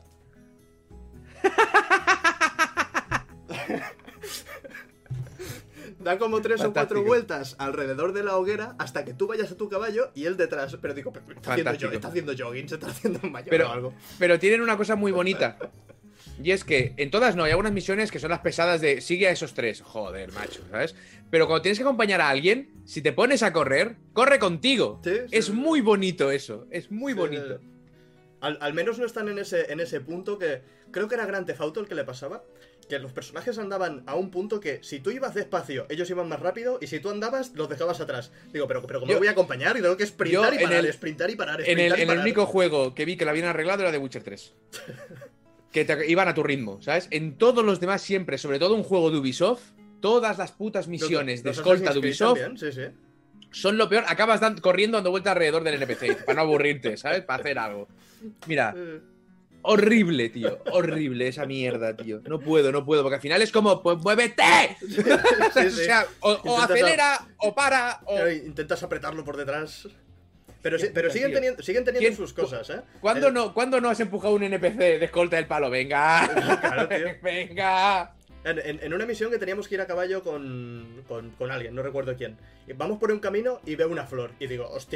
Da como 3 o 4 Fantástico. vueltas alrededor de la hoguera hasta que tú vayas a tu caballo y él detrás. Pero digo, Fantástico. está haciendo jogging, se está haciendo un mayor Pero- o algo. Pero tienen una cosa muy bonita. Y es que en todas no, hay algunas misiones que son las pesadas de sigue a esos 3. Joder, macho, ¿sabes? Pero cuando tienes que acompañar a alguien, si te pones a correr, corre contigo. Sí, sí, Es sí. muy bonito eso. Es muy Sí, bonito. Al menos no están en ese punto que... Creo que era Grand Theft Auto el que le pasaba. Que los personajes andaban a un punto que si tú ibas despacio, ellos iban más rápido. Y si tú andabas, los dejabas atrás. Digo, pero ¿cómo Yo- voy a acompañar? Y tengo que sprintar yo y en parar, el- sprintar y parar, En sprintar y el parar. único juego que vi que lo habían arreglado era The Witcher 3. Que iban a tu ritmo, ¿sabes? En todos los demás siempre, sobre todo un juego de Ubisoft, todas las putas misiones de Los escolta de Assassin's Creed Ubisoft también, sí, sí. son lo peor. Acabas corriendo dando vueltas alrededor del NPC para no aburrirte, ¿sabes? Para hacer algo. Mira, horrible, tío. Horrible esa mierda, tío. No puedo, porque al final es como, pues muévete. Sí, O sí. sea, o Intentas acelera, o para, o... Claro, intentas apretarlo por detrás. Pero Tío, siguen tío. teniendo ¿Quién- sus cosas, ¿eh? ¿Cuándo no has empujado un NPC de escolta del palo? Venga. Claro, tío. Venga. En una misión que teníamos que ir a caballo con alguien, no recuerdo quién. Y vamos por un camino y veo una flor. Y digo, hostia,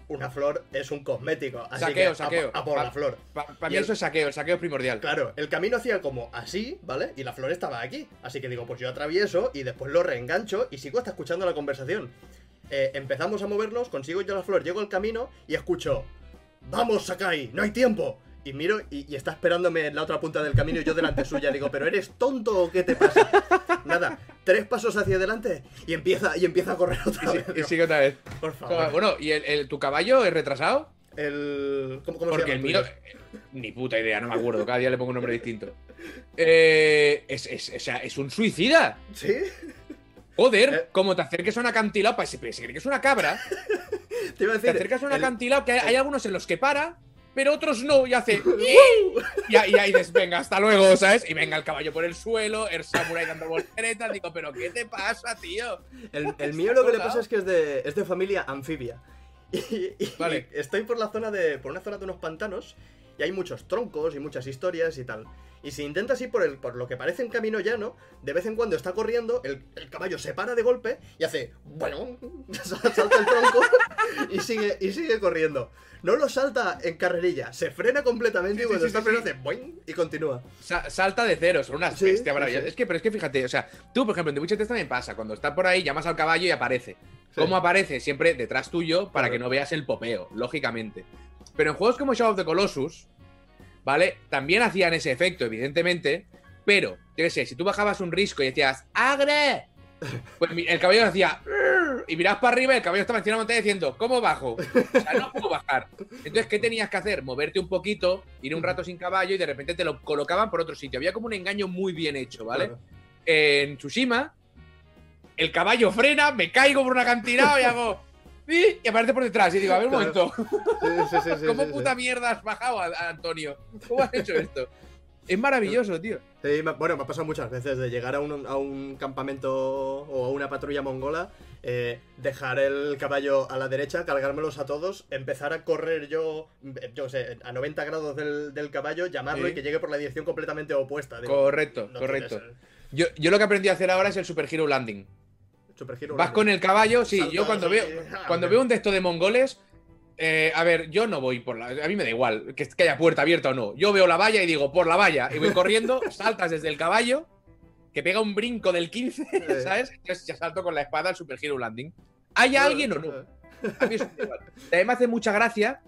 una flor es un cosmético. Así Saqueo, que saqueo. a por la flor. Para mí Y eso es saqueo, el saqueo es primordial. Claro, el camino hacía como así, ¿vale? Y la flor estaba aquí. Así que digo, pues yo atravieso y después lo reengancho y sigo hasta escuchando la conversación. Empezamos a movernos, consigo yo la flor, llego al camino y escucho: ¡Vamos, Sakai! ¡No hay tiempo! Y miro y está esperándome en la otra punta del camino y yo delante suya. Digo, ¿pero eres tonto o qué te pasa? Nada, 3 pasos hacia adelante y empieza a correr otra vez. Y sigue otra vez. Por favor. Bueno, ¿y tu caballo es retrasado? ¿Cómo Porque se el llama? mío. Ni puta idea, no me acuerdo. Cada día le pongo un nombre distinto. Es un suicida. ¿Sí? Joder, como te acerques a un acantilado, se cree que es una cabra. Te iba a Te decir. acercas a un acantilado que hay algunos en los que para, pero otros no, y hace. y ahí dices, venga, hasta luego, ¿sabes? Y venga el caballo por el suelo, el samurái dando volteretas. Digo, ¿pero qué te pasa, tío? El mío lo que le pasa es que es de familia anfibia. Vale. Y estoy por una zona de unos pantanos y hay muchos troncos y muchas historias y tal. Y si intentas ir por lo que parece un camino llano, de vez en cuando está corriendo, el caballo se para de golpe y hace, bueno, salta el tronco y sigue corriendo. No lo salta en carrerilla, se frena completamente y cuando está frenando hace boing y continúa. Salta de cero, son unas Sí, bestias maravillosas. sí. Pero es que fíjate, o sea, tú, por ejemplo, en The Witcher 3 también pasa. Cuando está por ahí, llamas al caballo y aparece. Sí. ¿Cómo aparece? Siempre detrás tuyo para Claro. que no veas el popeo, lógicamente. Pero en juegos como Shadow of the Colossus, ¿vale? También hacían ese efecto, evidentemente. Pero, yo qué sé, si tú bajabas un risco y decías ¡Agre! Pues el caballo hacía "Rrr", y mirabas para arriba y el caballo estaba encima de la montaña diciendo ¿cómo bajo? O sea, no puedo bajar. Entonces, ¿qué tenías que hacer? Moverte un poquito, ir un rato sin caballo y de repente te lo colocaban por otro sitio. Había como un engaño muy bien hecho, ¿vale? Claro. En Tsushima, el caballo frena, me caigo por un acantilado y hago "Pi", y aparece por detrás y digo, a ver un Claro. momento, Sí, ¿cómo sí, puta sí. mierda has bajado, Antonio? ¿Cómo has hecho esto? Es maravilloso, tío. Sí, bueno, me ha pasado muchas veces de llegar a un campamento o a una patrulla mongola, dejar el caballo a la derecha, cargármelos a todos, empezar a correr yo qué sé, a 90 grados del caballo, llamarlo Sí. y que llegue por la dirección completamente opuesta. Digo, Correcto, no correcto. tienes Yo lo que aprendí a hacer ahora es el Super Hero Landing. Super Hero Vas Landing. con el caballo, sí, Saltas yo cuando así, veo un de estos de mongoles, a ver, yo no voy por la... A mí me da igual que haya puerta abierta o no. Yo veo la valla y digo, por la valla, y voy corriendo, saltas desde el caballo, que pega un brinco del 15, ¿sabes? Entonces ya salto con la espada al Super Hero Landing. ¿Hay alguien o no? A mí eso me da igual. También me hace mucha gracia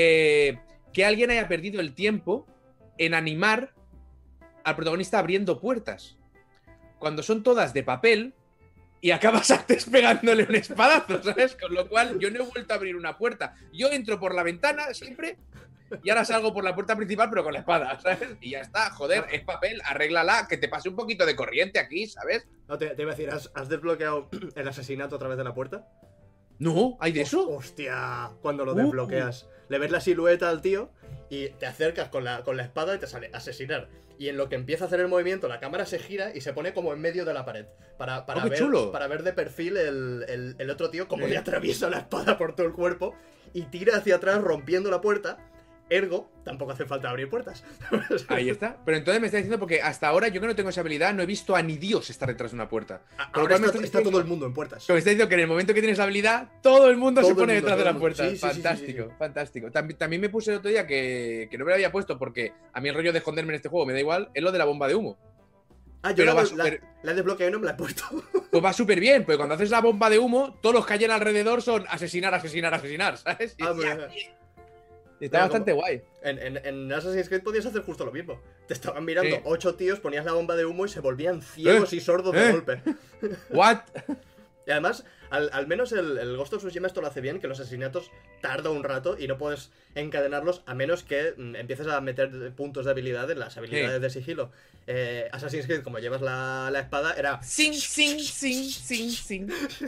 que alguien haya perdido el tiempo en animar al protagonista abriendo puertas. Cuando son todas de papel y acabas antes pegándole un espadazo, ¿sabes? Con lo cual yo no he vuelto a abrir una puerta. Yo entro por la ventana siempre y ahora salgo por la puerta principal pero con la espada, ¿sabes? Y ya está, joder, es papel, arréglala, que te pase un poquito de corriente aquí, ¿sabes? No, te iba a decir, ¿has desbloqueado el asesinato a través de la puerta? No, ¿hay de eso? Hostia, cuando lo desbloqueas. Le ves la silueta al tío y te acercas con la espada y te sale asesinar. Y en lo que empieza a hacer el movimiento, la cámara se gira y se pone como en medio de la pared. Para qué ver, chulo. para ver de perfil el otro tío como Sí. le atraviesa la espada por todo el cuerpo y tira hacia atrás rompiendo la puerta. Ergo, tampoco hace falta abrir puertas. Ahí está. Pero entonces me está diciendo porque hasta ahora yo que no tengo esa habilidad no he visto a ni Dios estar detrás de una puerta. Con lo Ahora cual me está, estás está diciendo- todo el mundo en puertas. Me está diciendo que en el momento que tienes la habilidad, todo el mundo Todo se el pone mundo, detrás de todo la el mundo. puerta. Sí, sí, sí, sí, Fantástico, sí, sí. fantástico. También me puse el otro día que no me lo había puesto porque a mí el rollo de esconderme en este juego me da igual, es lo de la bomba de humo. Ah, yo pero va la súper- he desbloqueado y no me la he puesto. Pues va súper bien, porque cuando haces la bomba de humo, todos los que hayan alrededor son asesinar, asesinar, asesinar, ¿sabes? Y Ah, ya, mira. está Mira, bastante guay. En Assassin's Creed podías hacer justo lo mismo. Te estaban mirando Sí. 8 tíos, ponías la bomba de humo y se volvían ciegos y sordos de golpe. What? Y además, al menos el Ghost of Tsushima esto lo hace bien, que los asesinatos tarda un rato y no puedes encadenarlos a menos que empieces a meter puntos de habilidad en las habilidades de sigilo. Assassin's Creed, como llevas la espada, era... Sing, sing, sing, sing, sing.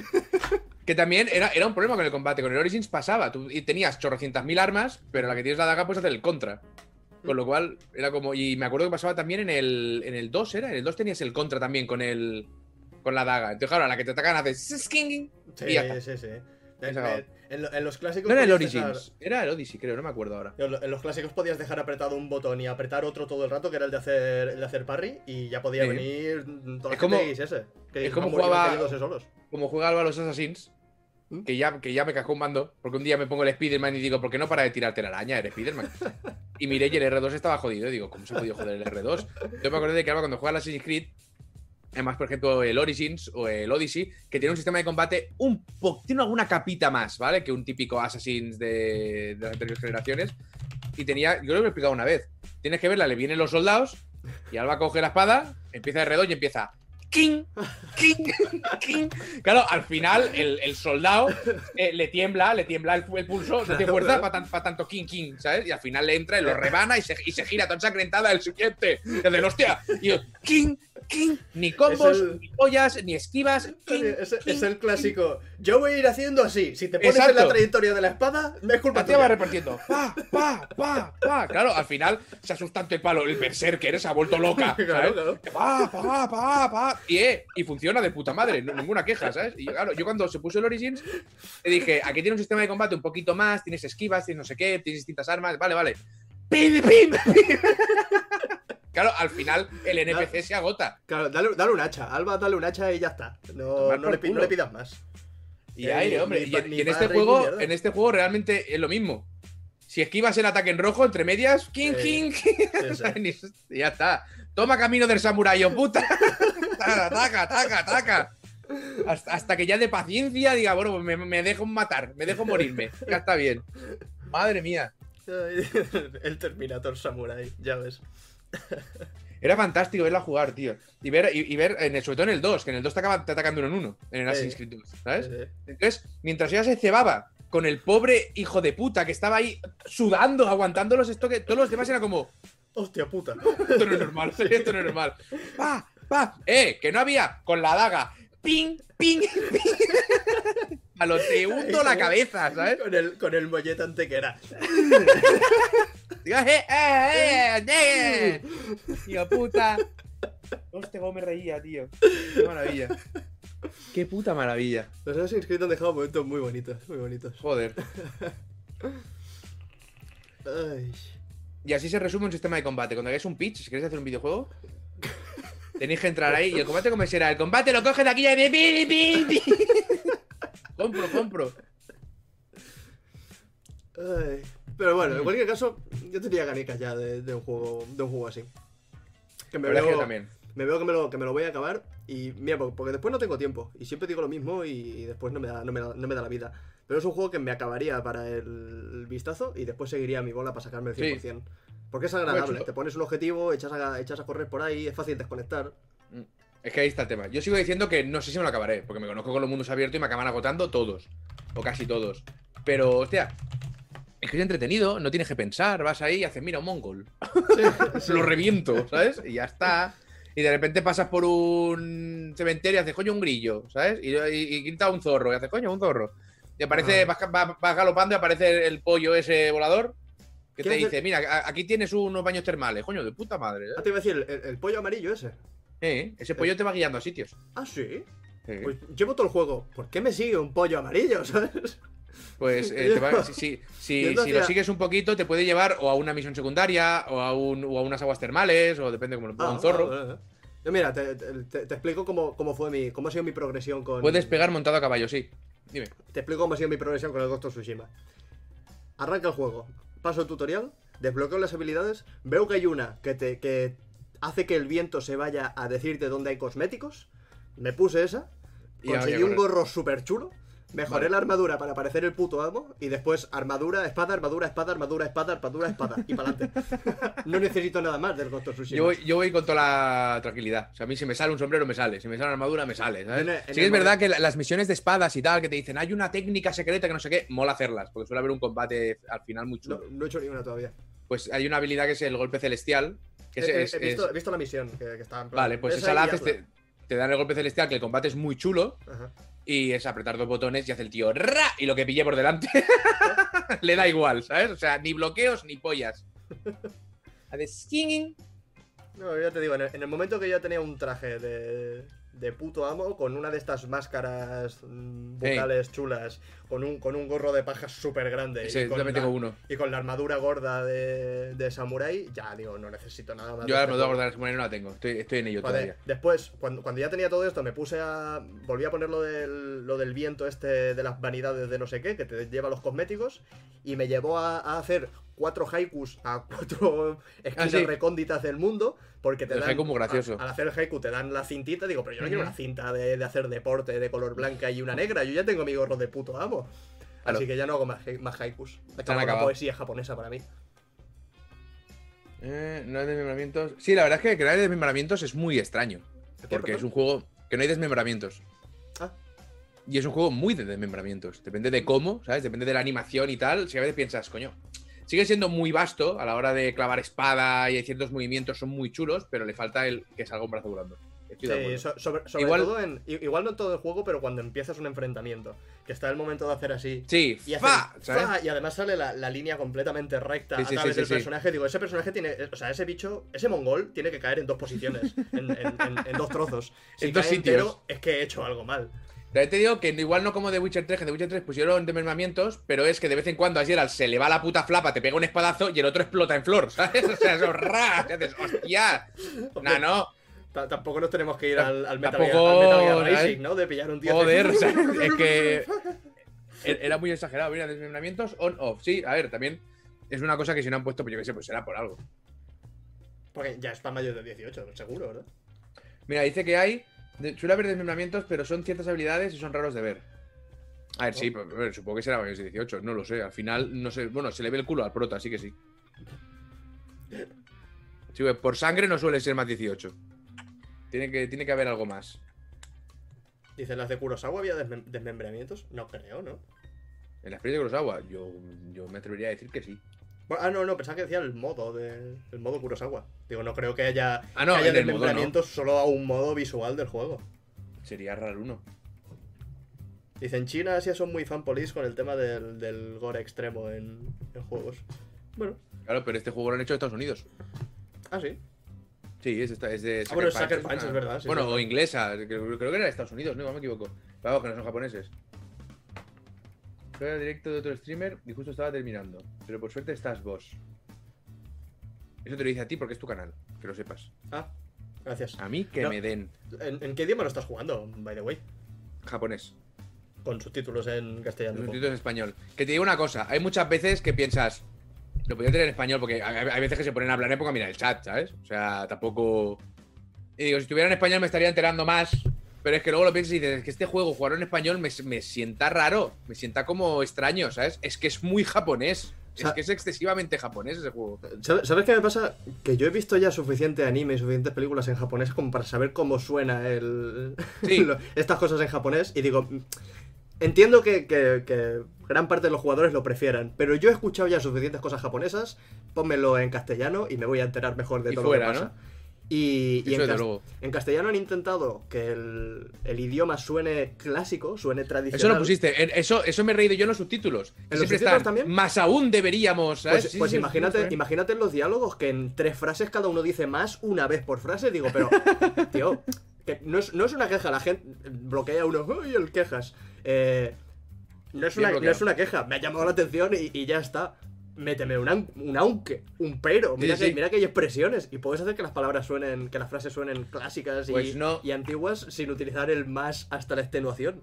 Que también era un problema con el combate. Con el Origins pasaba. Tú tenías chorrocientas mil armas, pero la que tienes la daga puedes hacer el contra. Con lo cual, era como. Y me acuerdo que pasaba también en el 2, ¿era? En el 2 tenías el contra también con la daga. Entonces, claro, a la que te atacan haces. Sí, Y ya está. sí, sí. Se acabó. En los clásicos... No era el podías dejar- Origins, era el Odyssey, creo, no me acuerdo ahora. En los clásicos podías dejar apretado un botón y apretar otro todo el rato, que era el de hacer parry, y ya podía Sí. venir toda Es la gente como- XS. Que es como iban jugaba- cayéndose solos. Como juega Alba a los Assassins. que ya me cascó un mando, porque un día me pongo el Spiderman y digo, ¿por qué no para de tirarte la araña? Eres Spiderman. Y miré y el R2 estaba jodido. Y digo, ¿cómo se ha podido joder el R2? Yo me acordé de que ahora cuando juega el Assassin's Creed, además, por ejemplo, el Origins o el Odyssey, que tiene un sistema de combate tiene alguna capita más, ¿vale? Que un típico Assassin's de las anteriores generaciones. Y tenía, yo lo he explicado una vez, tienes que verla, le vienen los soldados y Alba coge la espada, empieza R2 y empieza king, king, king. Claro, al final el soldado le tiembla el pulso, no tiene fuerza para tanto king, ¿sabes? Y al final le entra y lo rebana y se gira toda ensangrentada el siguiente. Y el hostia, y yo, king, ni combos, ni pollas, ni esquivas. Es el clásico. Yo voy a ir haciendo así. Si te pones en la trayectoria de la espada, me es culpa tuya. Va repartiendo. Pa. Claro, al final se asusta ante el palo. El berserker se ha vuelto loca. Claro. Pa. Y funciona de puta madre. Ninguna queja, ¿sabes? Y claro, yo cuando se puso el Origins, le dije, aquí tiene un sistema de combate un poquito más, tienes esquivas, tienes no sé qué, tienes distintas armas. Vale. ¡Pim! Claro, al final el NPC se agota. Claro, dale un hacha. Alba, dale un hacha y ya está. No le pidas más. Y aire, hombre. Y en este juego realmente es lo mismo. Si esquivas el ataque en rojo, entre medias, king. Y ya está. Toma camino del samurái, puta. Taca. Hasta que ya de paciencia diga, bueno, pues me dejo matar, me dejo morirme. Ya está bien. Madre mía. El Terminator Samurai, ya ves. Era fantástico verla jugar, tío. Y ver sobre todo en el 2, que en el 2 te atacando uno en uno, en el Assassin's Creed 2, ¿sabes? Entonces, mientras ella se cebaba con el pobre hijo de puta que estaba ahí sudando, aguantando los estoques, todos los demás era como... ¡Hostia puta! Esto no es normal, esto no es normal. ¡Pa! Que no había con la daga. ¡Ping! A lo te hundo la cabeza, ¿sabes? Con el molletante que era. Tío puta. Hostia, cómo me reía, tío. Qué maravilla. Qué puta maravilla. Los Assassin's Creed han dejado momentos muy bonitos, Joder. Ay. Y así se resume un sistema de combate. Cuando hagáis un pitch, si queréis hacer un videojuego, tenéis que entrar ahí. ¿Y el combate cómo será? El combate lo coges de aquí y... Compro. Ay. Pero bueno, en cualquier caso, yo tenía ganicas ya de un juego así. Que me veo también. Me veo que me lo voy a acabar. Y mira, porque después no tengo tiempo. Y siempre digo lo mismo y después no me da la vida. Pero es un juego que me acabaría para el vistazo y después seguiría mi bola para sacarme el 100%. Sí. Porque es agradable. Te pones un objetivo, echas a correr por ahí, es fácil desconectar. Es que ahí está el tema. Yo sigo diciendo que no sé si me lo acabaré, porque me conozco con los mundos abiertos y me acaban agotando todos. O casi todos. Pero, hostia, es que es entretenido, no tienes que pensar, vas ahí y haces, mira, un mongol. Sí. Lo reviento, ¿sabes? Y ya está. Y de repente pasas por un cementerio y haces, coño, un grillo, ¿sabes? Y quita un zorro, y haces, coño, un zorro. Y aparece, vas galopando y aparece el pollo ese volador que te dice, mira, aquí tienes unos baños termales, coño, de puta madre. Te iba a decir, el pollo amarillo ese. Ese pollo te va guiando a sitios. ¿Ah, sí? Pues llevo todo el juego. ¿Por qué me sigue un pollo amarillo, sabes? Pues si lo sigues un poquito, te puede llevar o a una misión secundaria o a unas aguas termales, o depende como un zorro. Yo mira, te explico cómo ha sido mi progresión con... Puedes pegar montado a caballo, sí. Dime. Te explico cómo ha sido mi progresión con el Ghost of Tsushima. Arranca el juego, paso el tutorial, desbloqueo las habilidades, veo que hay una que hace que el viento se vaya a decirte dónde hay cosméticos. Me puse esa, conseguí un gorro súper chulo, mejoré la armadura para parecer el puto amo, y después armadura, espada, y para adelante. No necesito nada más del Ghost of Tsushima. Yo voy con toda la tranquilidad. O sea, a mí si me sale un sombrero me sale, si me sale una armadura me sale, ¿sabes? Sí que es verdad que las misiones de espadas y tal, que te dicen, hay una técnica secreta que no sé qué, mola hacerlas, porque suele haber un combate al final muy chulo. No he hecho ni una todavía. Pues hay una habilidad que es el golpe celestial. Que he visto la misión que está en plan. Vale, pues esa la haces, te dan el golpe celestial, que el combate es muy chulo. Ajá. Y es apretar dos botones y hace el tío ¡ra! Y lo que pille por delante le da igual, ¿sabes? O sea, ni bloqueos ni pollas. Hace singing. No, ya te digo, en el momento que ya tenía un traje de puto amo, con una de estas máscaras bucales chulas, con un gorro de paja súper grande. Sí, yo también tengo uno. Y con la armadura gorda de samurái, ya digo, no necesito nada más. Yo la armadura gorda de samurái no la tengo, estoy en ello todavía. Después, cuando ya tenía todo esto, volví a poner lo del viento este de las vanidades de no sé qué, que te lleva los cosméticos, y me llevó a hacer 4 haikus a 4 esquinas recónditas del mundo, porque te dan, haiku muy gracioso. Al hacer el haiku te dan la cintita, digo, pero yo no quiero una cinta de hacer deporte de color blanca y una negra, yo ya tengo mi gorro de puto amo. Así que ya no hago más haikus. Acabo la poesía japonesa para mí. No hay desmembramientos. Sí, la verdad es que crear desmembramientos es muy extraño. Porque es un juego que no hay desmembramientos. Y es un juego muy de desmembramientos. Depende de cómo, ¿sabes? Depende de la animación y tal. Si a veces piensas, coño, sigue siendo muy vasto a la hora de clavar espada y hay ciertos movimientos son muy chulos, pero le falta el que salga un brazo volando. Sí, sobre todo igual no en todo el juego, pero cuando empiezas un enfrentamiento, que está el momento de hacer así. Sí, y, y además sale la línea completamente recta a través del personaje. Digo, ese personaje tiene. O sea, ese bicho, ese mongol, tiene que caer en 2 posiciones, en 2 trozos. Si en 2 cae sitios. Entero, es que he hecho algo mal. Te digo que igual no como The Witcher 3, que The Witcher 3 pusieron desmembramientos, pero es que de vez en cuando a Geralt se le va la puta flapa, te pega un espadazo y el otro explota en flor, ¿sabes? O sea, eso es ra. ¡Hostia! No. Tampoco nos tenemos que ir al Metal Gear Rising, ¿no? De pillar un tío. Joder, o sea, es que era muy exagerado. Mira, desmembramientos on-off. Sí, a ver, también es una cosa que si no han puesto, pues yo qué sé, pues será por algo. Porque ya es para mayo de 18, seguro, ¿verdad? Mira, dice que suele haber desmembramientos, pero son ciertas habilidades y son raros de ver. A ver, sí, pues, a ver, supongo que será mayores de 18, no lo sé. Al final, no sé. Bueno, se le ve el culo al prota, así que sí. Sí, pues, por sangre no suele ser más 18. Tiene que haber algo más. Dice, ¿las de Kurosawa había desmembramientos? No creo, ¿no? ¿En las pelis de Kurosawa? Yo me atrevería a decir que sí. No, pensaba que decía el modo Kurosawa. Digo, no creo que haya en desmembramientos solo a un modo visual del juego. Sería raro uno. Dice, en China, Asia son muy fanpolis con el tema del gore extremo en juegos. Bueno. Claro, pero este juego lo han hecho en Estados Unidos. Ah, sí. Sí, es de Sucker Punch, es verdad. Sí, bueno, o inglesa, creo que era de Estados Unidos, no me equivoco. Vamos, que no son japoneses. Era directo de otro streamer y justo estaba terminando. Pero por suerte estás vos. Eso te lo dice a ti porque es tu canal, que lo sepas. Ah, gracias. A mí que me den. ¿En qué idioma lo estás jugando, by the way? Japonés. Con subtítulos en castellano. Con subtítulos en español. Que te digo una cosa, hay muchas veces que piensas, lo podría tener en español porque hay veces que se ponen a hablar en época, mira el chat, ¿sabes? O sea, tampoco. Y digo, si estuviera en español me estaría enterando más. Pero es que luego lo piensas y dices, es que este juego, jugarlo en español, me sienta raro. Me sienta como extraño, ¿sabes? Es que es muy japonés. Es que es excesivamente japonés ese juego. ¿Sabes qué me pasa? Que yo he visto ya suficiente anime y suficientes películas en japonés como para saber cómo suena estas cosas en japonés. Y digo, entiendo que gran parte de los jugadores lo prefieran, pero yo he escuchado ya suficientes cosas japonesas, pónmelo en castellano y me voy a enterar mejor de todo lo que pasa. ¿No? Y en castellano han intentado que el idioma suene clásico, suene tradicional. Eso lo pusiste, eso me he reído yo en los subtítulos. ¿En los subtítulos también? Más aún deberíamos, ¿sabes? Pues imagínate en los diálogos que en 3 frases cada uno dice más una vez por frase. Digo, pero, tío, que no es una queja, la gente bloquea uno, ¡uy, el quejas! No es una queja, me ha llamado la atención y ya está. Méteme un aunque, un pero. Mira que hay expresiones y puedes hacer que las palabras suenen, que las frases suenen clásicas y antiguas sin utilizar el más hasta la extenuación.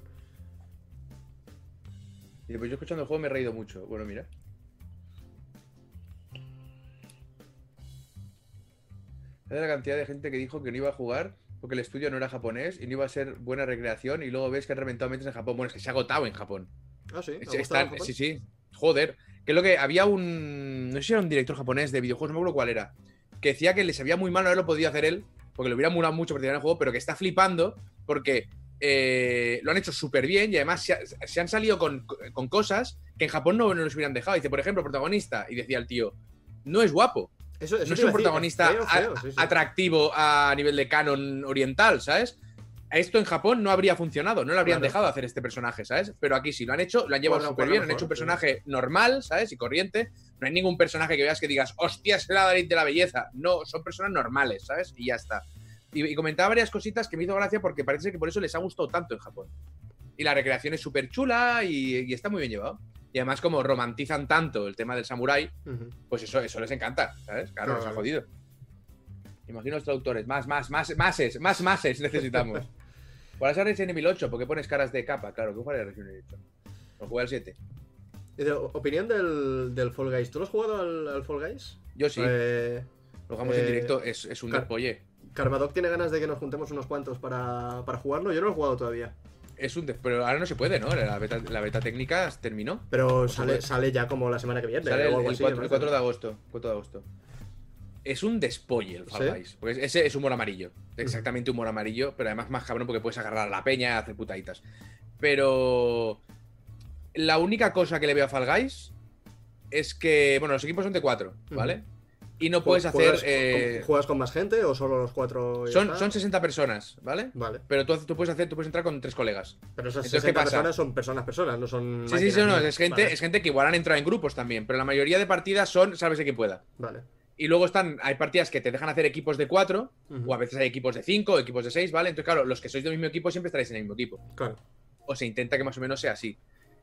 Y pues yo escuchando el juego me he reído mucho. Bueno, mira. ¿Sabes la cantidad de gente que dijo que no iba a jugar porque el estudio no era japonés y no iba a ser buena recreación y luego ves que han reventado mentes en Japón? Bueno, es que se ha agotado en Japón. Ah, sí. Sí. Joder. Que es lo que había no sé si era un director japonés de videojuegos, no me acuerdo cuál era, que decía que le sabía muy mal no haberlo podido hacer él, porque le hubiera molado mucho participar en el juego, pero que está flipando porque lo han hecho súper bien y además se han salido con cosas que en Japón no los hubieran dejado. Dice, por ejemplo, protagonista, y decía el tío, no es guapo. Eso no es un protagonista feo, atractivo a nivel de canon oriental, ¿sabes? Esto en Japón no habría funcionado, no le habrían dejado hacer este personaje, ¿sabes? Pero aquí sí, lo han hecho, lo han llevado súper bien, han hecho un personaje normal, ¿sabes? Y corriente. No hay ningún personaje que veas que digas, hostia, es el Adalid de la belleza. No, son personas normales, ¿sabes? Y ya está. Y comentaba varias cositas que me hizo gracia porque parece que por eso les ha gustado tanto en Japón. Y la recreación es súper chula y está muy bien llevado. Y además, como romantizan tanto el tema del samurái, pues eso les encanta, ¿sabes? Claro, nos ha jodido. Imagino los traductores. Más mases necesitamos. ¿Cuál es el Resident Evil 8? ¿Por qué pones caras de capa? Claro, ¿qué jugaría Resident Evil 8? ¿O jugué al 7? Opinión del Fall Guys. ¿Tú lo has jugado al Fall Guys? Yo sí. Lo jugamos en directo, es un despolle. Carmadoc tiene ganas de que nos juntemos unos cuantos para jugarlo. Yo no lo he jugado todavía. Pero ahora no se puede, ¿no? La beta técnica terminó. Pero sale ya como la semana que viene. Sale el 4 de agosto. 4 de agosto. Es un despolle el Fall Guys. Porque ese es humor amarillo. Exactamente humor amarillo. Pero además más cabrón porque puedes agarrar a la peña y hacer putaditas. Pero la única cosa que le veo a Fall Guys es que, bueno, los equipos son de 4, ¿vale? Y no puedes hacer... ¿Juegas con más gente o solo los 4? Son 60 personas, ¿vale? Vale. Pero tú puedes entrar con 3 colegas. Pero esas Entonces, 60 personas son personas, no son... Sí, no, es gente que igual han entrado en grupos también, pero la mayoría de partidas son sálvese quien pueda. Vale. Y luego hay partidas que te dejan hacer equipos de 4, o a veces hay equipos de 5, equipos de 6, ¿vale? Entonces, claro, los que sois del mismo equipo siempre estaréis en el mismo equipo. Claro. O se intenta que más o menos sea así.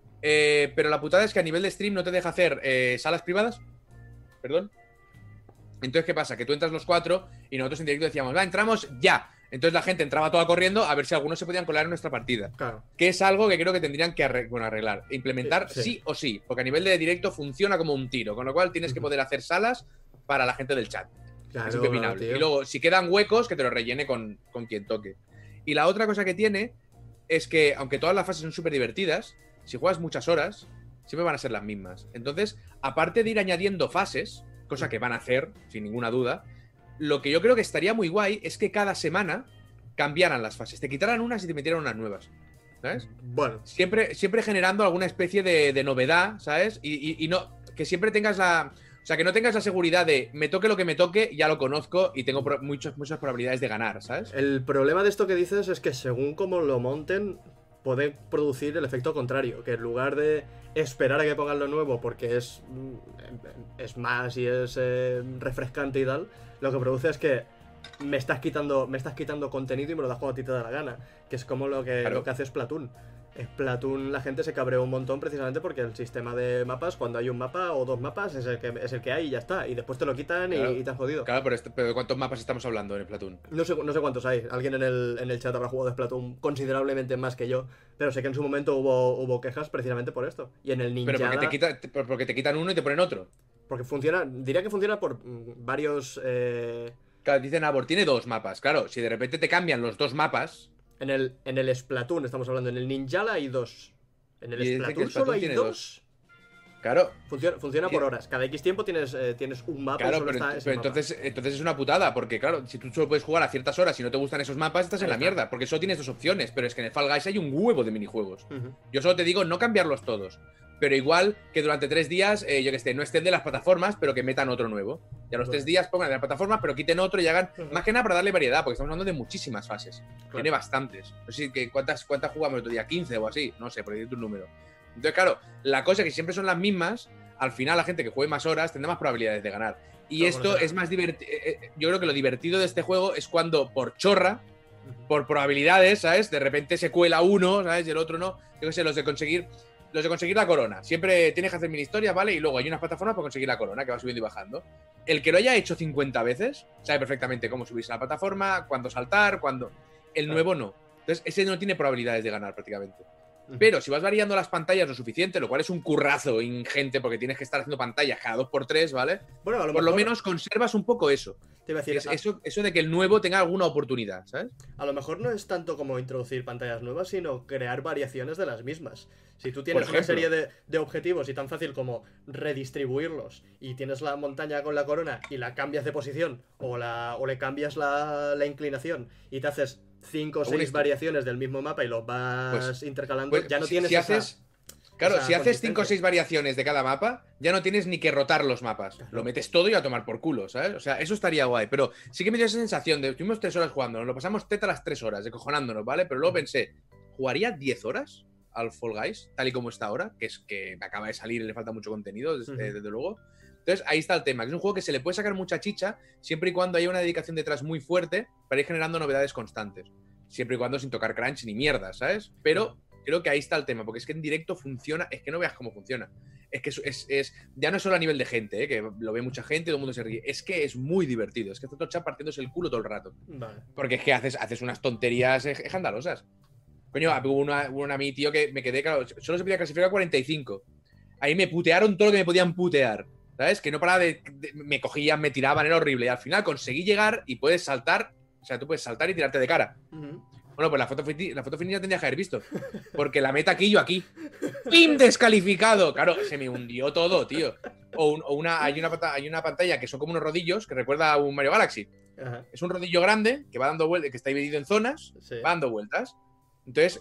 Pero la putada es que a nivel de stream no te deja hacer salas privadas. Perdón. Entonces, ¿qué pasa? Que tú entras los 4 y nosotros en directo decíamos, va, entramos ya. Entonces la gente entraba toda corriendo a ver si algunos se podían colar en nuestra partida. Claro. Que es algo que creo que tendrían que arreglar. Implementar sí o sí. Porque a nivel de directo funciona como un tiro. Con lo cual tienes que poder hacer salas para la gente del chat. Claro, es impepinable. Y luego, si quedan huecos, que te los rellene con quien toque. Y la otra cosa que tiene es que, aunque todas las fases son súper divertidas, si juegas muchas horas, siempre van a ser las mismas. Entonces, aparte de ir añadiendo fases, cosa que van a hacer, sin ninguna duda, lo que yo creo que estaría muy guay es que cada semana cambiaran las fases. Te quitaran unas y te metieran unas nuevas. ¿Sabes? Bueno. Siempre generando alguna especie de novedad, ¿sabes? Y no. Que siempre tengas la. O sea, que no tengas la seguridad de me toque lo que me toque, ya lo conozco y tengo muchas probabilidades de ganar, ¿sabes? El problema de esto que dices es que según cómo lo monten, puede producir el efecto contrario. Que en lugar de esperar a que pongan lo nuevo porque es más y es refrescante y tal, lo que produce es que me estás quitando contenido y me lo das cuando a ti te da la gana. Que es como lo que hace Splatoon. Splatoon, la gente se cabreó un montón precisamente porque el sistema de mapas, cuando hay un mapa o 2 mapas, es el que hay y ya está. Y después te lo quitan y te has jodido. Claro, pero ¿de cuántos mapas estamos hablando en Splatoon? No sé cuántos hay. Alguien en el chat habrá jugado de Splatoon considerablemente más que yo. Pero sé que en su momento hubo quejas precisamente por esto. Y en el Ninjala... Pero porque te quitan uno y te ponen otro. Porque diría que funciona por varios... Claro, dicen Abor, tiene 2 mapas. Claro, si de repente te cambian los 2 mapas... En el Splatoon estamos hablando, en el Ninjala hay 2. En el Splatoon solo hay 2. Claro. Funciona por horas. Cada X tiempo tienes un mapa. Claro, pero entonces es una putada, porque claro, si tú solo puedes jugar a ciertas horas y no te gustan esos mapas, estás en la mierda, porque solo tienes 2 opciones. Pero es que en el Fall Guys hay un huevo de minijuegos. Yo solo te digo no cambiarlos todos. Pero igual que durante 3 días, yo que sé, no estén de las plataformas, pero que metan otro nuevo. Y a los 3 días pongan de las plataformas, pero quiten otro y hagan. Más que nada para darle variedad, porque estamos hablando de muchísimas fases. Claro. Tiene bastantes. No sé cuántas jugamos el otro día, 15 o así, no sé, por decirte un número. Entonces, claro, la cosa es que siempre son las mismas, al final la gente que juegue más horas tendrá más probabilidades de ganar. Y esto es más divertido. Yo creo que lo divertido de este juego es cuando por chorra, por probabilidades, ¿sabes? De repente se cuela uno, ¿sabes? Y el otro no. Yo qué sé, los de conseguir la corona. Siempre tienes que hacer mini historias, ¿vale? Y luego hay unas plataformas para conseguir la corona que va subiendo y bajando. El que lo haya hecho 50 veces sabe perfectamente cómo subirse a la plataforma, cuándo saltar, cuándo. El nuevo no. Entonces, ese no tiene probabilidades de ganar prácticamente. Pero si vas variando las pantallas lo suficiente, lo cual es un currazo ingente porque tienes que estar haciendo pantallas cada 2x3, ¿vale? Bueno, por lo menos conservas un poco eso. Te iba a decir, eso de que el nuevo tenga alguna oportunidad, ¿sabes? A lo mejor no es tanto como introducir pantallas nuevas, sino crear variaciones de las mismas. Si tú tienes una serie de objetivos y tan fácil como redistribuirlos y tienes la montaña con la corona y la cambias de posición o le cambias la inclinación y te haces 5 o 6 variaciones del mismo mapa y los vas intercalando, ya no tienes si haces 5 o 6 variaciones de cada mapa, ya no tienes ni que rotar los mapas. Claro. Lo metes todo y a tomar por culo, ¿sabes? O sea, eso estaría guay. Pero sí que me dio esa sensación de estuvimos 3 horas jugando, nos lo pasamos teta las 3 horas, descojonándonos, ¿vale? Pero luego pensé, ¿jugaría 10 horas al Fall Guys, tal y como está ahora? Que es que me acaba de salir y le falta mucho contenido, desde luego. Entonces, ahí está el tema, que es un juego que se le puede sacar mucha chicha siempre y cuando haya una dedicación detrás muy fuerte para ir generando novedades constantes. Siempre y cuando sin tocar crunch ni mierda, ¿sabes? Pero creo que ahí está el tema, porque es que en directo funciona, es que no veas cómo funciona. Es que ya no es solo a nivel de gente, que lo ve mucha gente y todo el mundo se ríe. Es que es muy divertido, es que está todo el chat partiéndose el culo todo el rato. Vale. Porque es que haces unas tonterías escandalosas. Coño, hubo una a mí, tío, que me quedé, claro, solo se podía clasificar a 45. Ahí me putearon todo lo que me podían putear. ¿Sabes? Que no paraba me cogían, me tiraban, era horrible. Y al final conseguí llegar y puedes saltar. O sea, tú puedes saltar y tirarte de cara. Bueno, pues la foto final ya tendrías que haber visto. Porque la meta aquí, yo aquí. ¡Pim! Descalificado. Claro, se me hundió todo, tío. Hay una pantalla que son como unos rodillos que recuerda a un Mario Galaxy. Ajá. Es un rodillo grande que va dando vueltas, que está dividido en zonas, Sí. va dando vueltas. Entonces,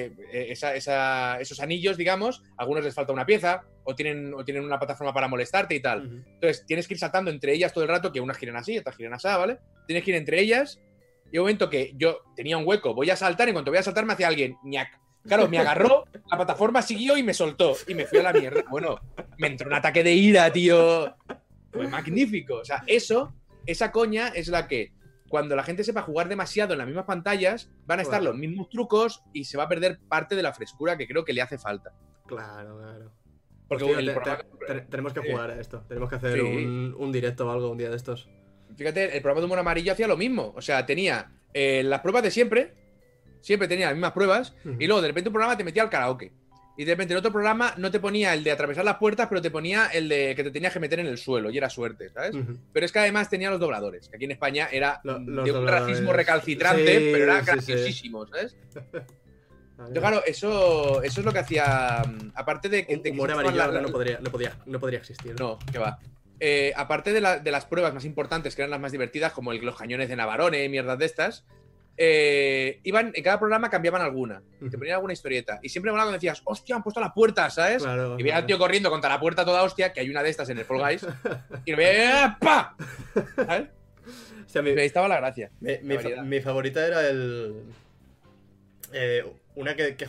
esos anillos, digamos, a algunos les falta una pieza o tienen una plataforma para molestarte y tal. Entonces, tienes que ir saltando entre ellas todo el rato, que unas giran así, otras giran así, ¿vale? Tienes que ir entre ellas. Y un momento que yo tenía un hueco, voy a saltar, y en cuanto voy a saltar me hacía alguien, ñac. Claro, me agarró, la plataforma siguió y me soltó. Y me fui a la mierda. Bueno, me entró un ataque de ira, tío. Fue magnífico. O sea, esa coña es la que, cuando la gente sepa jugar demasiado en las mismas pantallas, van a estar los mismos trucos y se va a perder parte de la frescura que creo que le hace falta. Claro, claro. Porque Hostia, tenemos que jugar a esto. Tenemos que hacer un directo o algo un día de estos. Fíjate, el programa de Humor Amarillo hacía lo mismo. O sea, tenía las pruebas de siempre. Siempre tenía las mismas pruebas. Y luego de repente un programa te metía al karaoke. Y de repente en otro programa no te ponía el de atravesar las puertas, pero te ponía el de que te tenías que meter en el suelo. Y era suerte, ¿sabes? Pero es que además tenía los dobladores. Que aquí en España era de un racismo recalcitrante, pero era graciosísimo, ¿sabes? Yo, claro, eso es lo que hacía. Aparte de que Humor Amarillo no podría existir. No, que va. Aparte de las pruebas más importantes, que eran las más divertidas, como los cañones de Navarone y mierdas de estas, en cada programa cambiaban alguna. Te ponían alguna historieta. Y siempre me cuando decías, hostia, han puesto la puerta, ¿sabes? Claro, y veía al tío corriendo contra la puerta toda hostia, que hay una de estas en el Fall Guys, y lo veía, ¡pa! ¿Sabes? O sea, ahí estaba la gracia. Mi favorita era una que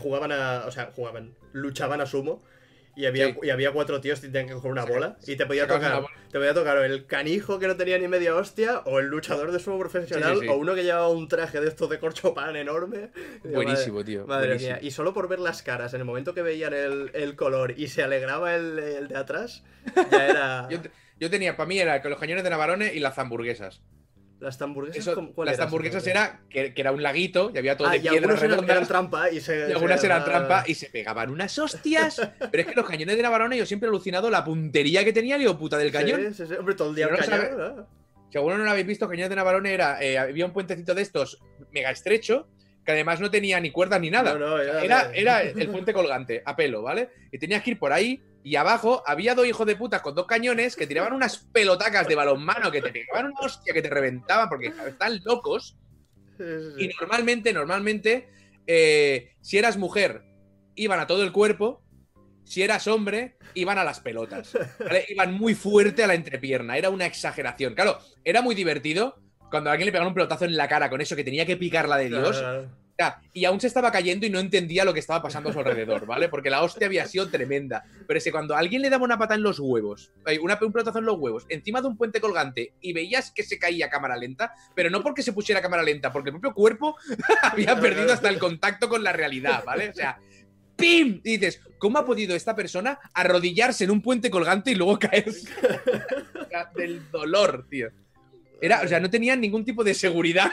luchaban a sumo. Y había 4 tíos que tenían que coger una bola. Y te podía tocar el canijo que no tenía ni media hostia, o el luchador de sumo profesional, o uno que llevaba un traje de estos de corchopán enorme. Buenísimo, tío. Madre buenísimo. mía. Y solo por ver las caras, en el momento que veían el color y se alegraba el de atrás, ya era. Yo tenía, para mí, era los cañones de Navarone y las hamburguesas. Las hamburguesas, las hamburguesas era que era un laguito y había todo de y piedras algunos eran trampa y algunas eran trampa y se pegaban unas hostias. Pero es que los cañones de Navarone, yo siempre he alucinado la puntería que tenía, digo, puta del cañón. Sí. Hombre, todo el día el cañón. Si alguno no lo habéis visto, cañones de Navarone había un puentecito de estos mega estrecho, que además no tenía ni cuerdas ni nada. Era el puente colgante, a pelo, ¿vale? Y tenías que ir por ahí. Y abajo había 2 hijos de putas con 2 cañones que tiraban unas pelotacas de balonmano que te pegaban una hostia que te reventaban porque están locos. Sí. Y normalmente, si eras mujer, iban a todo el cuerpo. Si eras hombre, iban a las pelotas. ¿Vale? Iban muy fuerte a la entrepierna. Era una exageración. Claro, era muy divertido cuando a alguien le pegaron un pelotazo en la cara con eso que tenía que picarla de Dios. Y aún se estaba cayendo y no entendía lo que estaba pasando a su alrededor, ¿vale? Porque la hostia había sido tremenda. Pero es que cuando a alguien le daba una pata en los huevos, un pelotazo en los huevos, encima de un puente colgante, y veías que se caía a cámara lenta, pero no porque se pusiera a cámara lenta, porque el propio cuerpo había perdido hasta el contacto con la realidad, ¿vale? O sea, ¡pim! Y dices, ¿cómo ha podido esta persona arrodillarse en un puente colgante y luego caerse? O sea, del dolor, tío. O sea, no tenían ningún tipo de seguridad.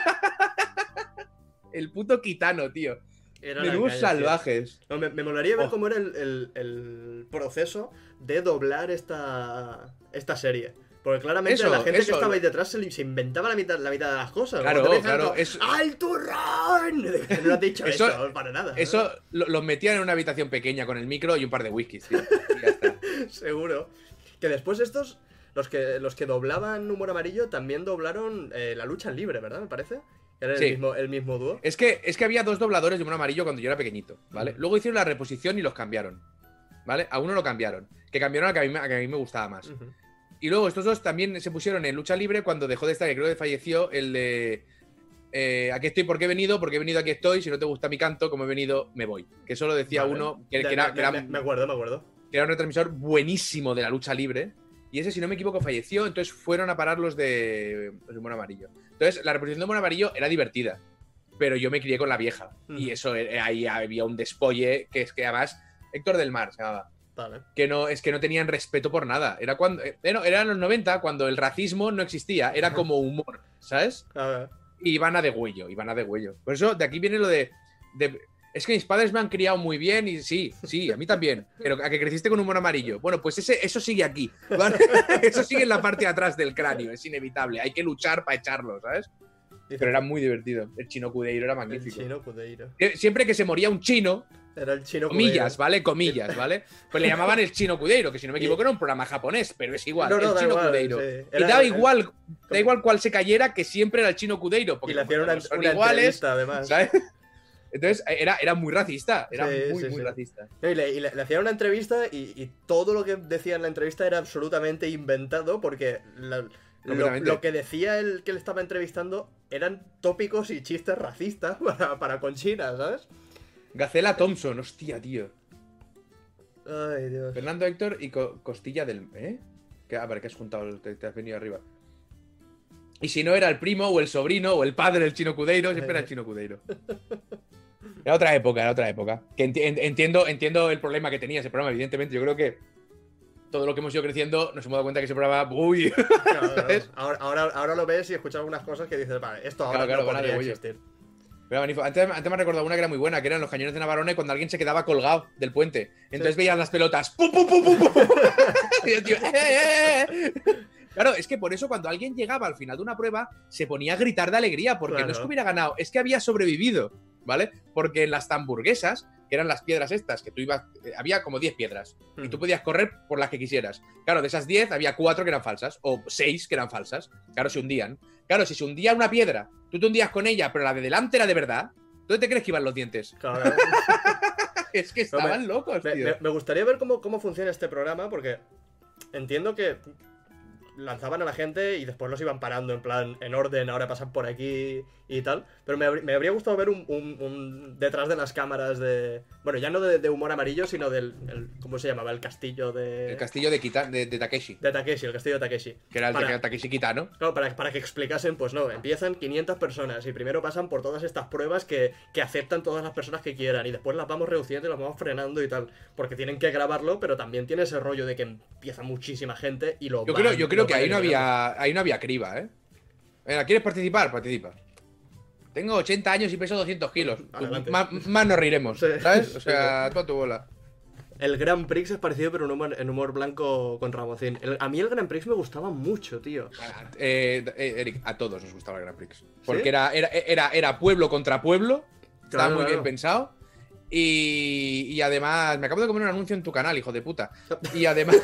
El puto Kitano, tío. Menudos salvajes. No, me molaría ver cómo era el proceso de doblar esta serie. Porque claramente la gente que estaba ahí detrás se inventaba la mitad de las cosas. Claro. ¡Al turrón! No has dicho eso para nada. Eso los metían en una habitación pequeña con el micro y un par de whiskies, tío. Y ya está. Seguro. Que después estos, los que doblaban Humor Amarillo, también doblaron La Lucha Libre, ¿verdad? Me parece. Era el mismo dúo. Es que había 2 dobladores de Humor Amarillo cuando yo era pequeñito, ¿vale? Luego hicieron la reposición y los cambiaron, ¿vale? A uno lo cambiaron. Que cambiaron al que a mí me gustaba más. Y luego estos 2 también se pusieron en Lucha Libre cuando dejó de estar, que creo que falleció, el de... aquí estoy porque he venido, aquí estoy, si no te gusta mi canto, como he venido, me voy. Que solo decía uno que era... Me acuerdo. Que era un retransmisor buenísimo de la lucha libre. y ese, si no me equivoco, falleció, entonces fueron a parar los de Humor Amarillo. Entonces, la representación de Humor Amarillo era divertida, pero yo me crié con la vieja, y eso, ahí había un despolle, que es que además, Héctor del Mar se llamaba. Vale. Que no, es que no tenían respeto por nada. Era cuando, eran los 90, cuando el racismo no existía, era como humor, ¿sabes? A ver. Y iban a degüello. Por eso, de aquí viene lo de es que mis padres me han criado muy bien y sí, a mí también. Pero a que creciste con humor amarillo. Bueno, pues eso sigue aquí, ¿vale? Eso sigue en la parte de atrás del cráneo, es inevitable. Hay que luchar para echarlo, ¿sabes? Pero era muy divertido. El Chino Cudeiro era magnífico. El Chino Cudeiro. Siempre que se moría un chino, era el Chino comillas, Cudeiro. ¿vale? Comillas, ¿vale? Pues le llamaban el Chino Cudeiro, que si no me equivoco era un programa japonés, pero es igual, No, el da Chino igual, Cudeiro. sí. Y da igual cuál se cayera, que siempre era el Chino Cudeiro. Porque Y le hacían una son iguales, iguales, además. ¿sabes? Entonces era muy racista, era muy racista. Y le hacían una entrevista y todo lo que decía en la entrevista era absolutamente inventado porque lo que decía el que le estaba entrevistando eran tópicos y chistes racistas para con China, ¿sabes? Gacela Thompson, hostia, tío. Ay, Dios. Fernando Héctor y Costilla del... ¿Eh? A ver, ¿qué has juntado? Te has venido arriba. Y si no era el primo o el sobrino o el padre del Chino Cudeiro, siempre era el Chino Cudeiro. Era otra época. Que entiendo el problema que tenía ese programa, evidentemente. Yo creo que todo lo que hemos ido creciendo nos hemos dado cuenta que ese programa... ¡Uy! Claro. Ahora lo ves y escuchas algunas cosas que dices, vale, esto ahora no podría existir. Pero antes me ha recordado una que era muy buena, que eran los cañones de Navarone cuando alguien se quedaba colgado del puente. Entonces veías las pelotas. ¡Pum, pum, pum, pum, pum! Y el tío, Claro, es que por eso cuando alguien llegaba al final de una prueba se ponía a gritar de alegría, porque no es que hubiera ganado, es que había sobrevivido, ¿vale? Porque en las hamburguesas, que eran las piedras estas, que tú ibas, había como 10 piedras, y tú podías correr por las que quisieras. Claro, de esas 10 había 4 que eran falsas, o 6 que eran falsas. Claro, se hundían. Claro, si se hundía una piedra, tú te hundías con ella, pero la de delante era de verdad, ¿dónde te crees que iban los dientes? Claro. Es que estaban locos, tío. Me gustaría ver cómo funciona este programa, porque entiendo que lanzaban a la gente y después los iban parando en plan, en orden, ahora pasan por aquí y tal. Pero me habría gustado ver un detrás de las cámaras de... Bueno, ya no de humor amarillo, sino del... ¿cómo se llamaba? El castillo de... El castillo de Takeshi. De Takeshi, el castillo de Takeshi. Que era el de Takeshi Kitano. Claro, para que explicasen, pues no, empiezan 500 personas y primero pasan por todas estas pruebas que aceptan todas las personas que quieran y después las vamos reduciendo y las vamos frenando y tal. Porque tienen que grabarlo, pero también tiene ese rollo de que empieza muchísima gente y lo Yo creo que ahí no había criba, ¿eh? Venga, ¿quieres participar? Participa. Tengo 80 años y peso 200 kilos. Pues más nos reiremos, sí, ¿sabes? O sea, tú a tu bola. El Grand Prix es parecido, pero en humor blanco con Ramoncín. A mí el Grand Prix me gustaba mucho, tío. Eric, a todos nos gustaba el Grand Prix. Porque ¿Sí? era pueblo contra pueblo. Estaba muy Claro. bien pensado. Y además, me acabo de comer un anuncio en tu canal, hijo de puta. Y además...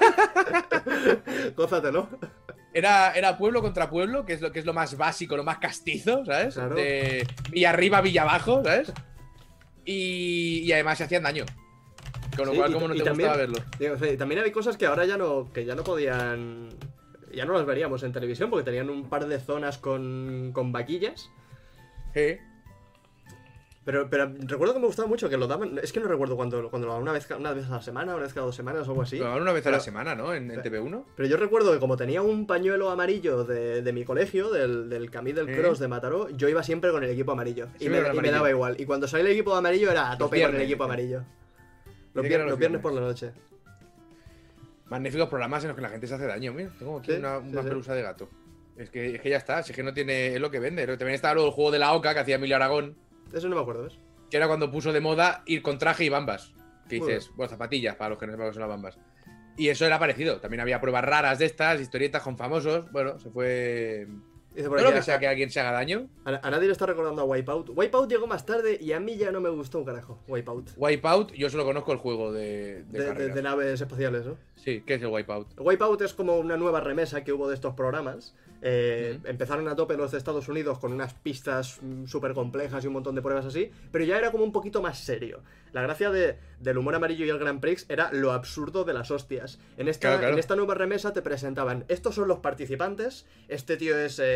Gózatelo. Era pueblo contra pueblo, que es lo más básico, lo más castizo, ¿sabes? Claro. De Villa arriba, Villa abajo, ¿sabes? Y además se hacían daño. Con lo cual, ¿cómo no te gustaba verlo? También hay cosas que ahora ya no podían... Ya no las veríamos en televisión porque tenían un par de zonas con vaquillas. Sí. Pero recuerdo que me gustaba mucho que lo daban. Es que no recuerdo cuando lo daban, una vez a la semana, una vez cada 2 semanas o algo así. Lo daban una vez a la semana, ¿no? En TV1. Pero yo recuerdo que como tenía un pañuelo amarillo de mi colegio, del Camí del Cross de Mataró, yo iba siempre con el equipo amarillo. Y me daba igual. Y cuando salía el equipo amarillo era a tope con el equipo amarillo. Los viernes por la noche. Magníficos programas en los que la gente se hace daño. Mira, tengo aquí una pelusa de gato. Es que ya está, si es que no tiene. Es lo que vende. También estaba luego el juego de la Oca que hacía Emilio Aragón. Eso no me acuerdo, ¿ves? Que era cuando puso de moda ir con traje y bambas. Que Muy dices, bien. bueno, zapatillas para los que no sepan lo que son las bambas. Y eso era parecido. También había pruebas raras de estas, historietas con famosos. Bueno, se fue. Dice No por lo aquí, que sea que alguien se haga daño. a nadie le está recordando a Wipeout. Wipeout llegó más tarde y a mí ya no me gustó un carajo. Wipeout. Wipeout, yo solo conozco el juego de carreras. De naves espaciales, ¿no? Sí, ¿qué es el Wipeout? Wipeout es como una nueva remesa que hubo de estos programas. Empezaron a tope los de Estados Unidos con unas pistas súper complejas y un montón de pruebas así, pero ya era como un poquito más serio. La gracia del humor amarillo y el Grand Prix era lo absurdo de las hostias. En esta nueva remesa te presentaban, estos son los participantes, este tío es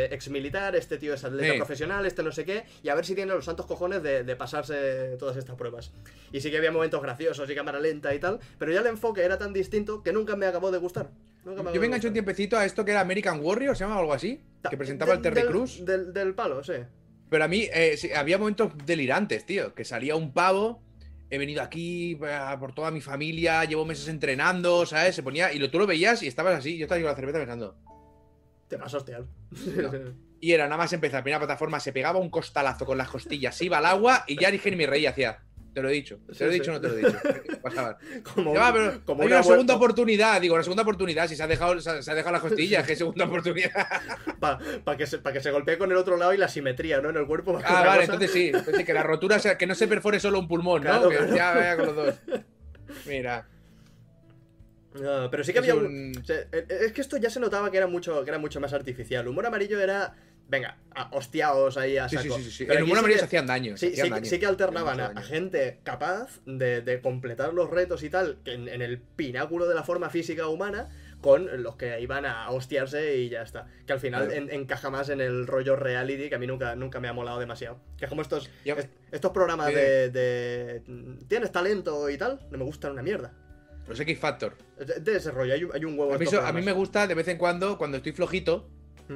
ex militar, este tío es atleta profesional, este no sé qué, y a ver si tiene los santos cojones de pasarse todas estas pruebas. Y sí que había momentos graciosos y cámara lenta y tal, pero ya el enfoque era tan distinto que nunca me acabó de gustar. Yo me enganché un tiempecito a esto que era American Warrior, ¿se llama algo así? Que presentaba el Terry Crews. Del palo, sí. Pero a mí sí, había momentos delirantes, tío, que salía un pavo... He venido aquí por toda mi familia, llevo meses entrenando, ¿sabes? Se ponía... Y tú lo veías y estabas así. Yo estaba con la cerveza pensando... Te vas a hostiar. No. Y era nada más empezar. Primera plataforma, se pegaba un costalazo con las costillas, se iba al agua y ya dije ni me reía, hacía... Te lo he dicho. ¿Te lo he dicho o no te lo he dicho? Pasaban. Como una segunda oportunidad. Digo, una segunda oportunidad. Si se ha dejado las costillas, ¿qué segunda oportunidad? Para que se golpee con el otro lado y la simetría, ¿no? En el cuerpo. Vale, entonces sí. Entonces que la rotura sea, que no se perfore solo un pulmón, ¿no? Que ya vaya con los dos. Mira. No, pero sí que había es que esto ya se notaba que era mucho más artificial. El humor amarillo era... Venga, hostiaos ahí a saco. Sí. El humor amarillo se hacían daño. Sí que alternaban a gente capaz de completar los retos y tal, en el pináculo de la forma física humana, con los que iban a hostiarse y ya está. Que al final encaja más en el rollo reality, que a mí nunca me ha molado demasiado. Que es como estos programas de ¿tienes talento y tal? No me gustan una mierda. Los X Factor. De ese rollo, hay un huevo. A mí me gusta de vez en cuando estoy flojito,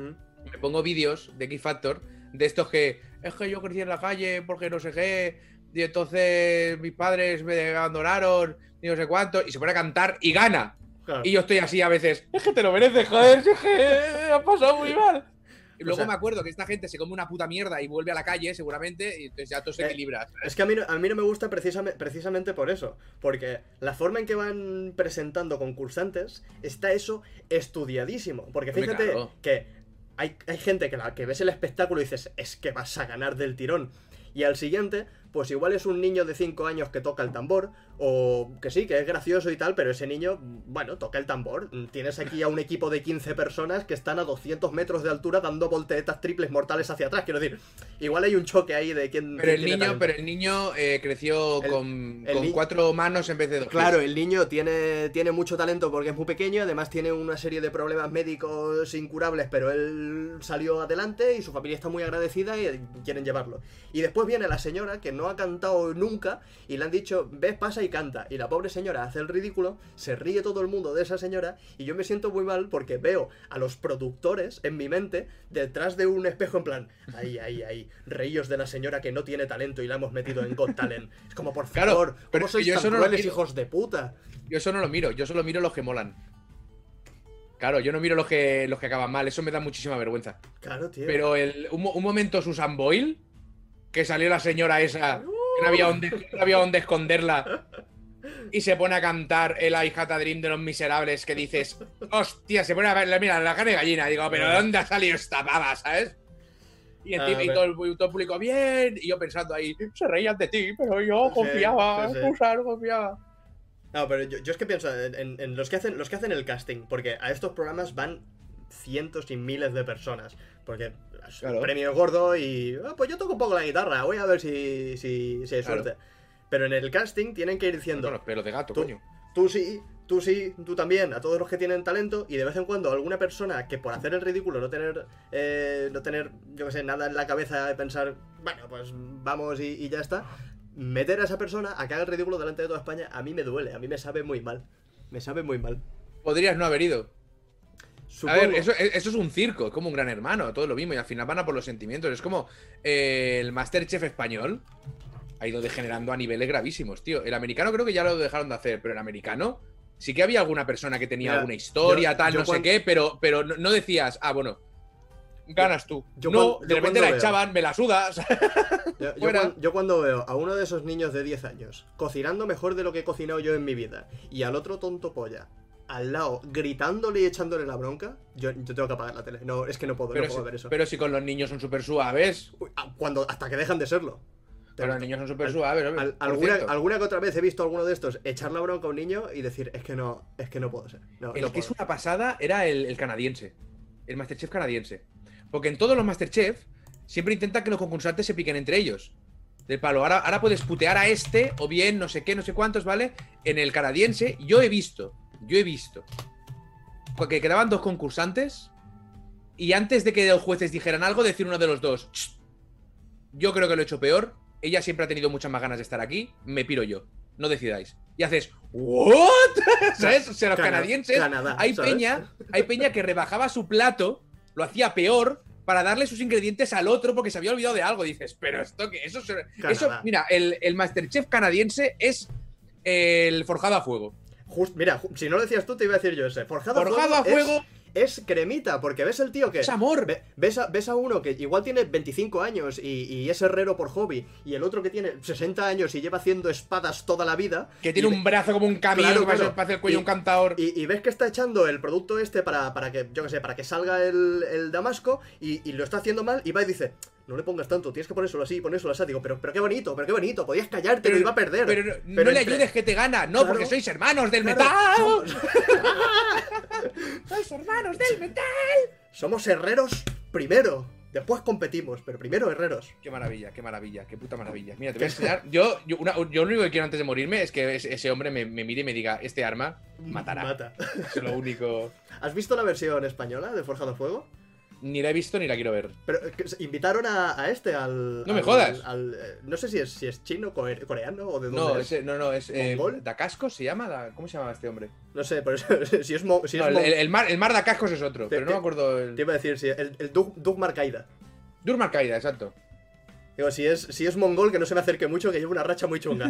me pongo vídeos de X Factor, de estos que es que yo crecí en la calle porque no sé qué, y entonces mis padres me abandonaron, y no sé cuánto, y se pone a cantar y gana. Claro. Y yo estoy así a veces, es que te lo mereces, joder, es que ha pasado muy mal. Y luego me acuerdo que esta gente se come una puta mierda y vuelve a la calle, seguramente, y entonces ya todo se equilibra. Es que a mí no me gusta precisamente por eso. Porque la forma en que van presentando concursantes está eso estudiadísimo. Porque fíjate que hay gente que ves el espectáculo y dices, es que vas a ganar del tirón. Y al siguiente, pues igual es un niño de 5 años que toca el tambor, o que sí, que es gracioso y tal, pero ese niño, bueno, toca el tambor. Tienes aquí a un equipo de 15 personas que están a 200 metros de altura dando volteretas triples mortales hacia atrás. Quiero decir, igual hay un choque ahí de quién... Pero el niño creció con 4 manos en vez de 2. Claro, el niño tiene mucho talento porque es muy pequeño, además tiene una serie de problemas médicos incurables, pero él salió adelante y su familia está muy agradecida y quieren llevarlo. Y después viene la señora que no ha cantado nunca y le han dicho, ves, pasa y canta. Y la pobre señora hace el ridículo, se ríe todo el mundo de esa señora y yo me siento muy mal porque veo a los productores en mi mente detrás de un espejo en plan, ahí, reíos de la señora que no tiene talento y la hemos metido en Got Talent. Es como, por favor, claro, ¿cómo sois tan crueles, hijos de puta? Yo eso no lo miro, yo solo miro los que molan. Claro, yo no miro los que acaban mal, eso me da muchísima vergüenza. Claro, tío. Pero un momento Susan Boyle, que salió la señora esa, que no había dónde esconderla, y se pone a cantar el I Had a Dream de Los Miserables, que dices, hostia, se pone a ver, mira, la carne de gallina, digo, pero ¿de dónde ha salido esta pava, sabes? Y encima y todo el público, bien, y yo pensando ahí, se reían de ti, pero yo confiaba, Susan, confiaba. No, pero yo es que pienso en los que hacen el casting, porque a estos programas van cientos y miles de personas, porque el premio es gordo y pues yo toco un poco la guitarra, voy a ver si hay suerte. Pero en el casting tienen que ir diciendo, los pelos de gato, coño. Tú sí, tú también, a todos los que tienen talento, y de vez en cuando alguna persona que por hacer el ridículo no tener yo qué sé, nada en la cabeza de pensar, bueno, pues vamos y ya está, meter a esa persona a que haga el ridículo delante de toda España, a mí me duele, a mí me sabe muy mal. Me sabe muy mal. Podrías no haber ido. Supongo. A ver, eso es un circo, es como un Gran Hermano, todo lo mismo, y al final van a por los sentimientos. Es como el Masterchef español ha ido degenerando a niveles gravísimos, tío. El americano creo que ya lo dejaron de hacer, pero el americano sí que había alguna persona que tenía alguna historia, tal, no sé qué, pero no decías, bueno, ganas tú. De repente la echaban, me la sudas. Yo cuando veo a uno de esos niños de 10 años cocinando mejor de lo que he cocinado yo en mi vida y al otro tonto polla al lado gritándole y echándole la bronca, yo tengo que apagar la tele. No, es que no puedo ver eso. Pero si con los niños son súper suaves. Hasta que dejan de serlo. Pero los niños son súper suaves. Alguna que otra vez he visto a alguno de estos echar la bronca a un niño y decir, es que no puedo ser. El que es una pasada era el canadiense. El Masterchef canadiense. Porque en todos los Masterchef siempre intentan que los concursantes se piquen entre ellos. Del palo, ahora puedes putear a este, o bien no sé qué, no sé cuántos, ¿vale? En el canadiense, yo he visto porque quedaban 2 concursantes y antes de que los jueces dijeran algo, decir uno de los dos: "Shh, yo creo que lo he hecho peor. Ella siempre ha tenido muchas más ganas de estar aquí. Me piro yo. No decidáis". Y haces, ¿what? ¿Sabes? O sea, los canadienses. Canadá, hay ¿sabes? peña que rebajaba su plato, lo hacía peor, para darle sus ingredientes al otro porque se había olvidado de algo. Dices, pero esto que. Eso, mira, el Masterchef canadiense es el forjado a fuego. Mira, si no lo decías tú, te iba a decir yo ese. Forjado a fuego. Es cremita, porque ves el tío que... Es amor. Ves a uno que igual tiene 25 años y es herrero por hobby, y el otro que tiene 60 años y lleva haciendo espadas toda la vida. Que tiene un brazo como un camión, claro, para hacer el cuello un cantador. Y ves que está echando el producto este para que, yo qué sé, para que salga el damasco, y lo está haciendo mal, y va y dice... No le pongas tanto, tienes que ponérselo así, ponérselo así. Digo, pero qué bonito, podías callarte, lo iba a perder. Pero no le ayudes que te gana, no, claro, porque sois hermanos del metal. ¡Sois hermanos del metal! Somos herreros primero, después competimos, pero primero herreros. Qué maravilla, qué puta maravilla. Mira, te voy a enseñar. Yo lo único que quiero antes de morirme es que ese hombre me mire y me diga, este arma matará. Mata. Es lo único. ¿Has visto la versión española de Forjado a Fuego? Ni la he visto ni la quiero ver. Pero invitaron a este, al... No me jodas. No sé si es chino, coreano o de dónde no, es. No, es... ¿Dacascos se llama? ¿Cómo se llama este hombre? No sé, pero si es... el mar Dacascos es otro, pero no me acuerdo... Te iba a decir, el Doug Marcaida. Doug Marcaida, exacto. Digo, si es mongol, que no se me acerque mucho, que lleva una racha muy chunga.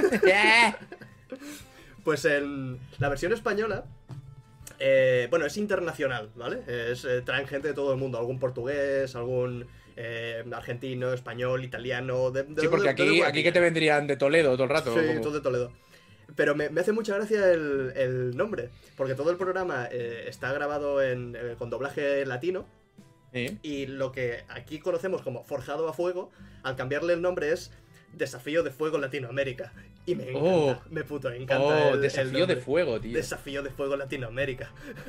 Pues la versión española... bueno, es internacional, ¿vale? Traen gente de todo el mundo, algún portugués, algún argentino, español, italiano... sí, porque aquí que te vendrían de Toledo todo el rato. Sí, todo de Toledo. Pero me hace mucha gracia el nombre, porque todo el programa está grabado con doblaje latino, y lo que aquí conocemos como Forjado a Fuego, al cambiarle el nombre es Desafío de Fuego Latinoamérica. Y me encanta, me puto encanta Desafío de Fuego, tío. Desafío de Fuego Latinoamérica.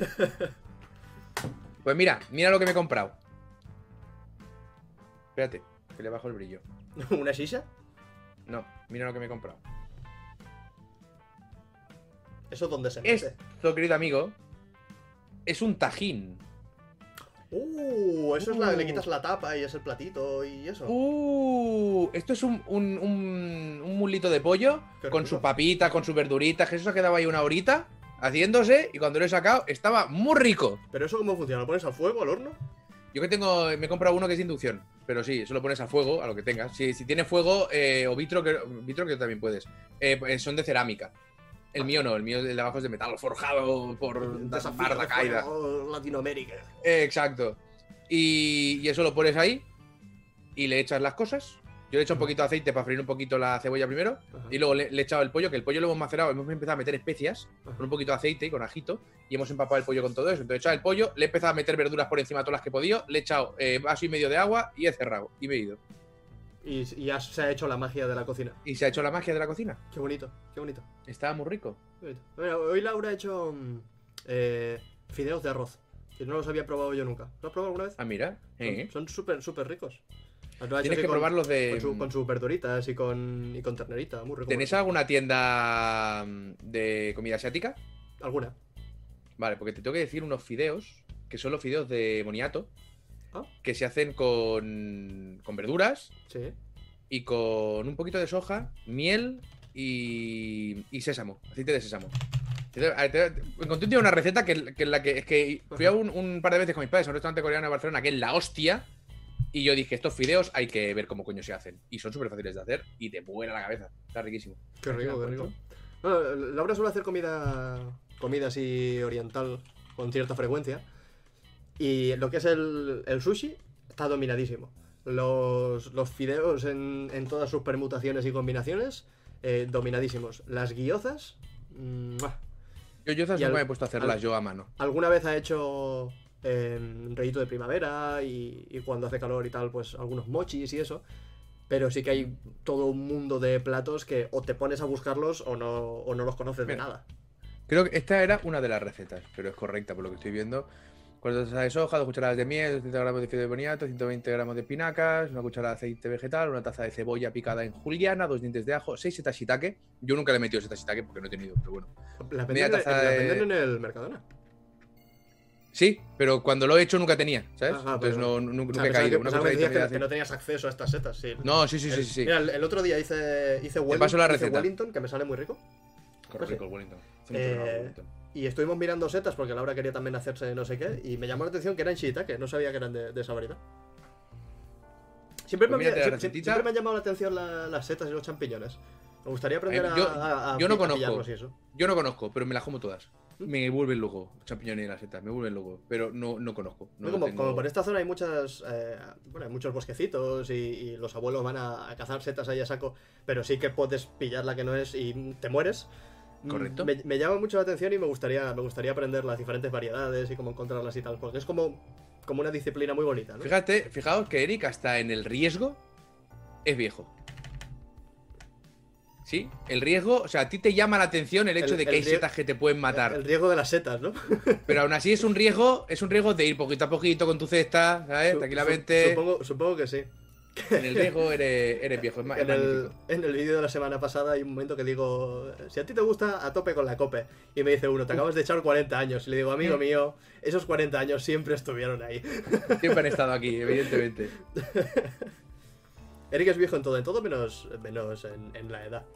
Pues mira lo que me he comprado. Espérate, que le bajo el brillo. ¿Una shisha? No, mira lo que me he comprado. ¿Eso dónde se mete? Esto, querido amigo, es un tajín. Eso es le quitas la tapa y es el platito y eso. Esto es un mulito de pollo con su papita, con su verdurita, que eso se ha quedado ahí una horita haciéndose, y cuando lo he sacado estaba muy rico. ¿Pero eso cómo funciona? ¿Lo pones al fuego, al horno? Yo me he comprado uno que es de inducción, pero sí, eso lo pones a fuego, a lo que tengas. Si tiene fuego o vitro que también puedes. Son de cerámica. El mío no, el mío de abajo es de metal, forjado por Mar Dacascos. Latinoamérica. Exacto. Y eso lo pones ahí y le echas las cosas. Yo le he hecho un poquito de aceite para freír un poquito la cebolla primero. Ajá. Y luego le he echado el pollo, que el pollo lo hemos macerado. Hemos empezado a meter especias con un poquito de aceite y con ajito. Y hemos empapado el pollo con todo eso. Entonces he echado el pollo, le he empezado a meter verduras por encima de todas las que he podido. Le he echado vaso y medio de agua y he cerrado. Y me he ido. Y ya se ha hecho la magia de la cocina. Y se ha hecho la magia de la cocina. Qué bonito, qué bonito. Estaba muy rico. Bueno, hoy Laura ha hecho fideos de arroz. Que no los había probado yo nunca. ¿Lo has probado alguna vez? Ah, mira. Son súper, súper ricos. Tienes que probarlos con sus verduritas y con ternerita. Muy rico. ¿Tenéis alguna tienda de comida asiática? ¿Alguna? Vale, porque te tengo que decir unos fideos, que son los fideos de boniato. Que se hacen con verduras, sí, y con un poquito de soja, miel y sésamo, aceite de sésamo. Encontré un día una receta que fui a un par de veces con mis padres a un restaurante coreano de Barcelona, que es la hostia, y yo dije, estos fideos hay que ver cómo coño se hacen. Y son súper fáciles de hacer y te vuela la cabeza. Está riquísimo. Qué rico, qué rico. Bueno, Laura suele hacer comida así oriental con cierta frecuencia. Y lo que es el sushi está dominadísimo. Los fideos en todas sus permutaciones y combinaciones, dominadísimos. Las gyozas... Yo gyozas no me he puesto a hacerlas yo a mano. Alguna vez ha hecho rollito de primavera y cuando hace calor y tal, pues algunos mochis y eso. Pero sí que hay todo un mundo de platos que o te pones a buscarlos o no los conoces de nada. Creo que esta era una de las recetas, pero es correcta por lo que estoy viendo. 4 tazas de soja, 2 cucharadas de miel, 200 gramos de fideo de boniato, 120 gramos de espinacas, 1 cucharada de aceite vegetal, 1 taza de cebolla picada en juliana, 2 dientes de ajo, 6 setas shiitake. Yo nunca le he metido setas shiitake porque no he tenido, pero bueno. ¿La venden en el Mercadona? Sí, pero cuando lo he hecho nunca tenía, ¿sabes? Ajá, Entonces pero- nunca he caído. Una pensaba cosa que que decías también que hace- no tenías acceso a estas setas, sí. No, sí. Mira, el otro día hice paso la hice receta. Wellington, que me sale muy rico. Corre, Sí. rico el Wellington. Hace mucho que no hago Wellington. Y estuvimos mirando setas porque Laura quería también hacerse no sé qué. Y me llamó la atención que eran shiitake, no sabía que eran de esa variedad. Siempre, Pues mírate la siempre recetita. me han llamado la atención las setas y los champiñones. Me gustaría aprender yo no a pillarlos conozco. y eso. Yo no conozco, pero me las como todas. Me vuelven loco. Champiñones y las setas, me vuelven loco. Pero no conozco. No como, tengo- como por esta zona hay muchas hay muchos bosquecitos y los abuelos van a cazar setas ahí a saco, pero sí que puedes pillar la que no es y te mueres. Correcto. Me llama mucho la atención y me gustaría aprender las diferentes variedades y cómo encontrarlas y tal, porque es como una disciplina muy bonita, ¿no? Fijaos que Eric, hasta en el riesgo, es viejo. ¿Sí? El riesgo, o sea, a ti te llama la atención el hecho de que hay setas que te pueden matar. El riesgo de las setas, ¿no? Pero aún así es un riesgo de ir poquito a poquito con tu cesta, ¿sabes? Tranquilamente. Supongo que sí. En el riesgo eres viejo, es magnífico. En el vídeo de la semana pasada hay un momento que digo, si a ti te gusta, a tope con la cope. Y me dice uno, te acabas de echar 40 años. Y le digo, amigo mío, esos 40 años siempre estuvieron ahí. Siempre han estado aquí, evidentemente. Eric es viejo en todo menos en la edad.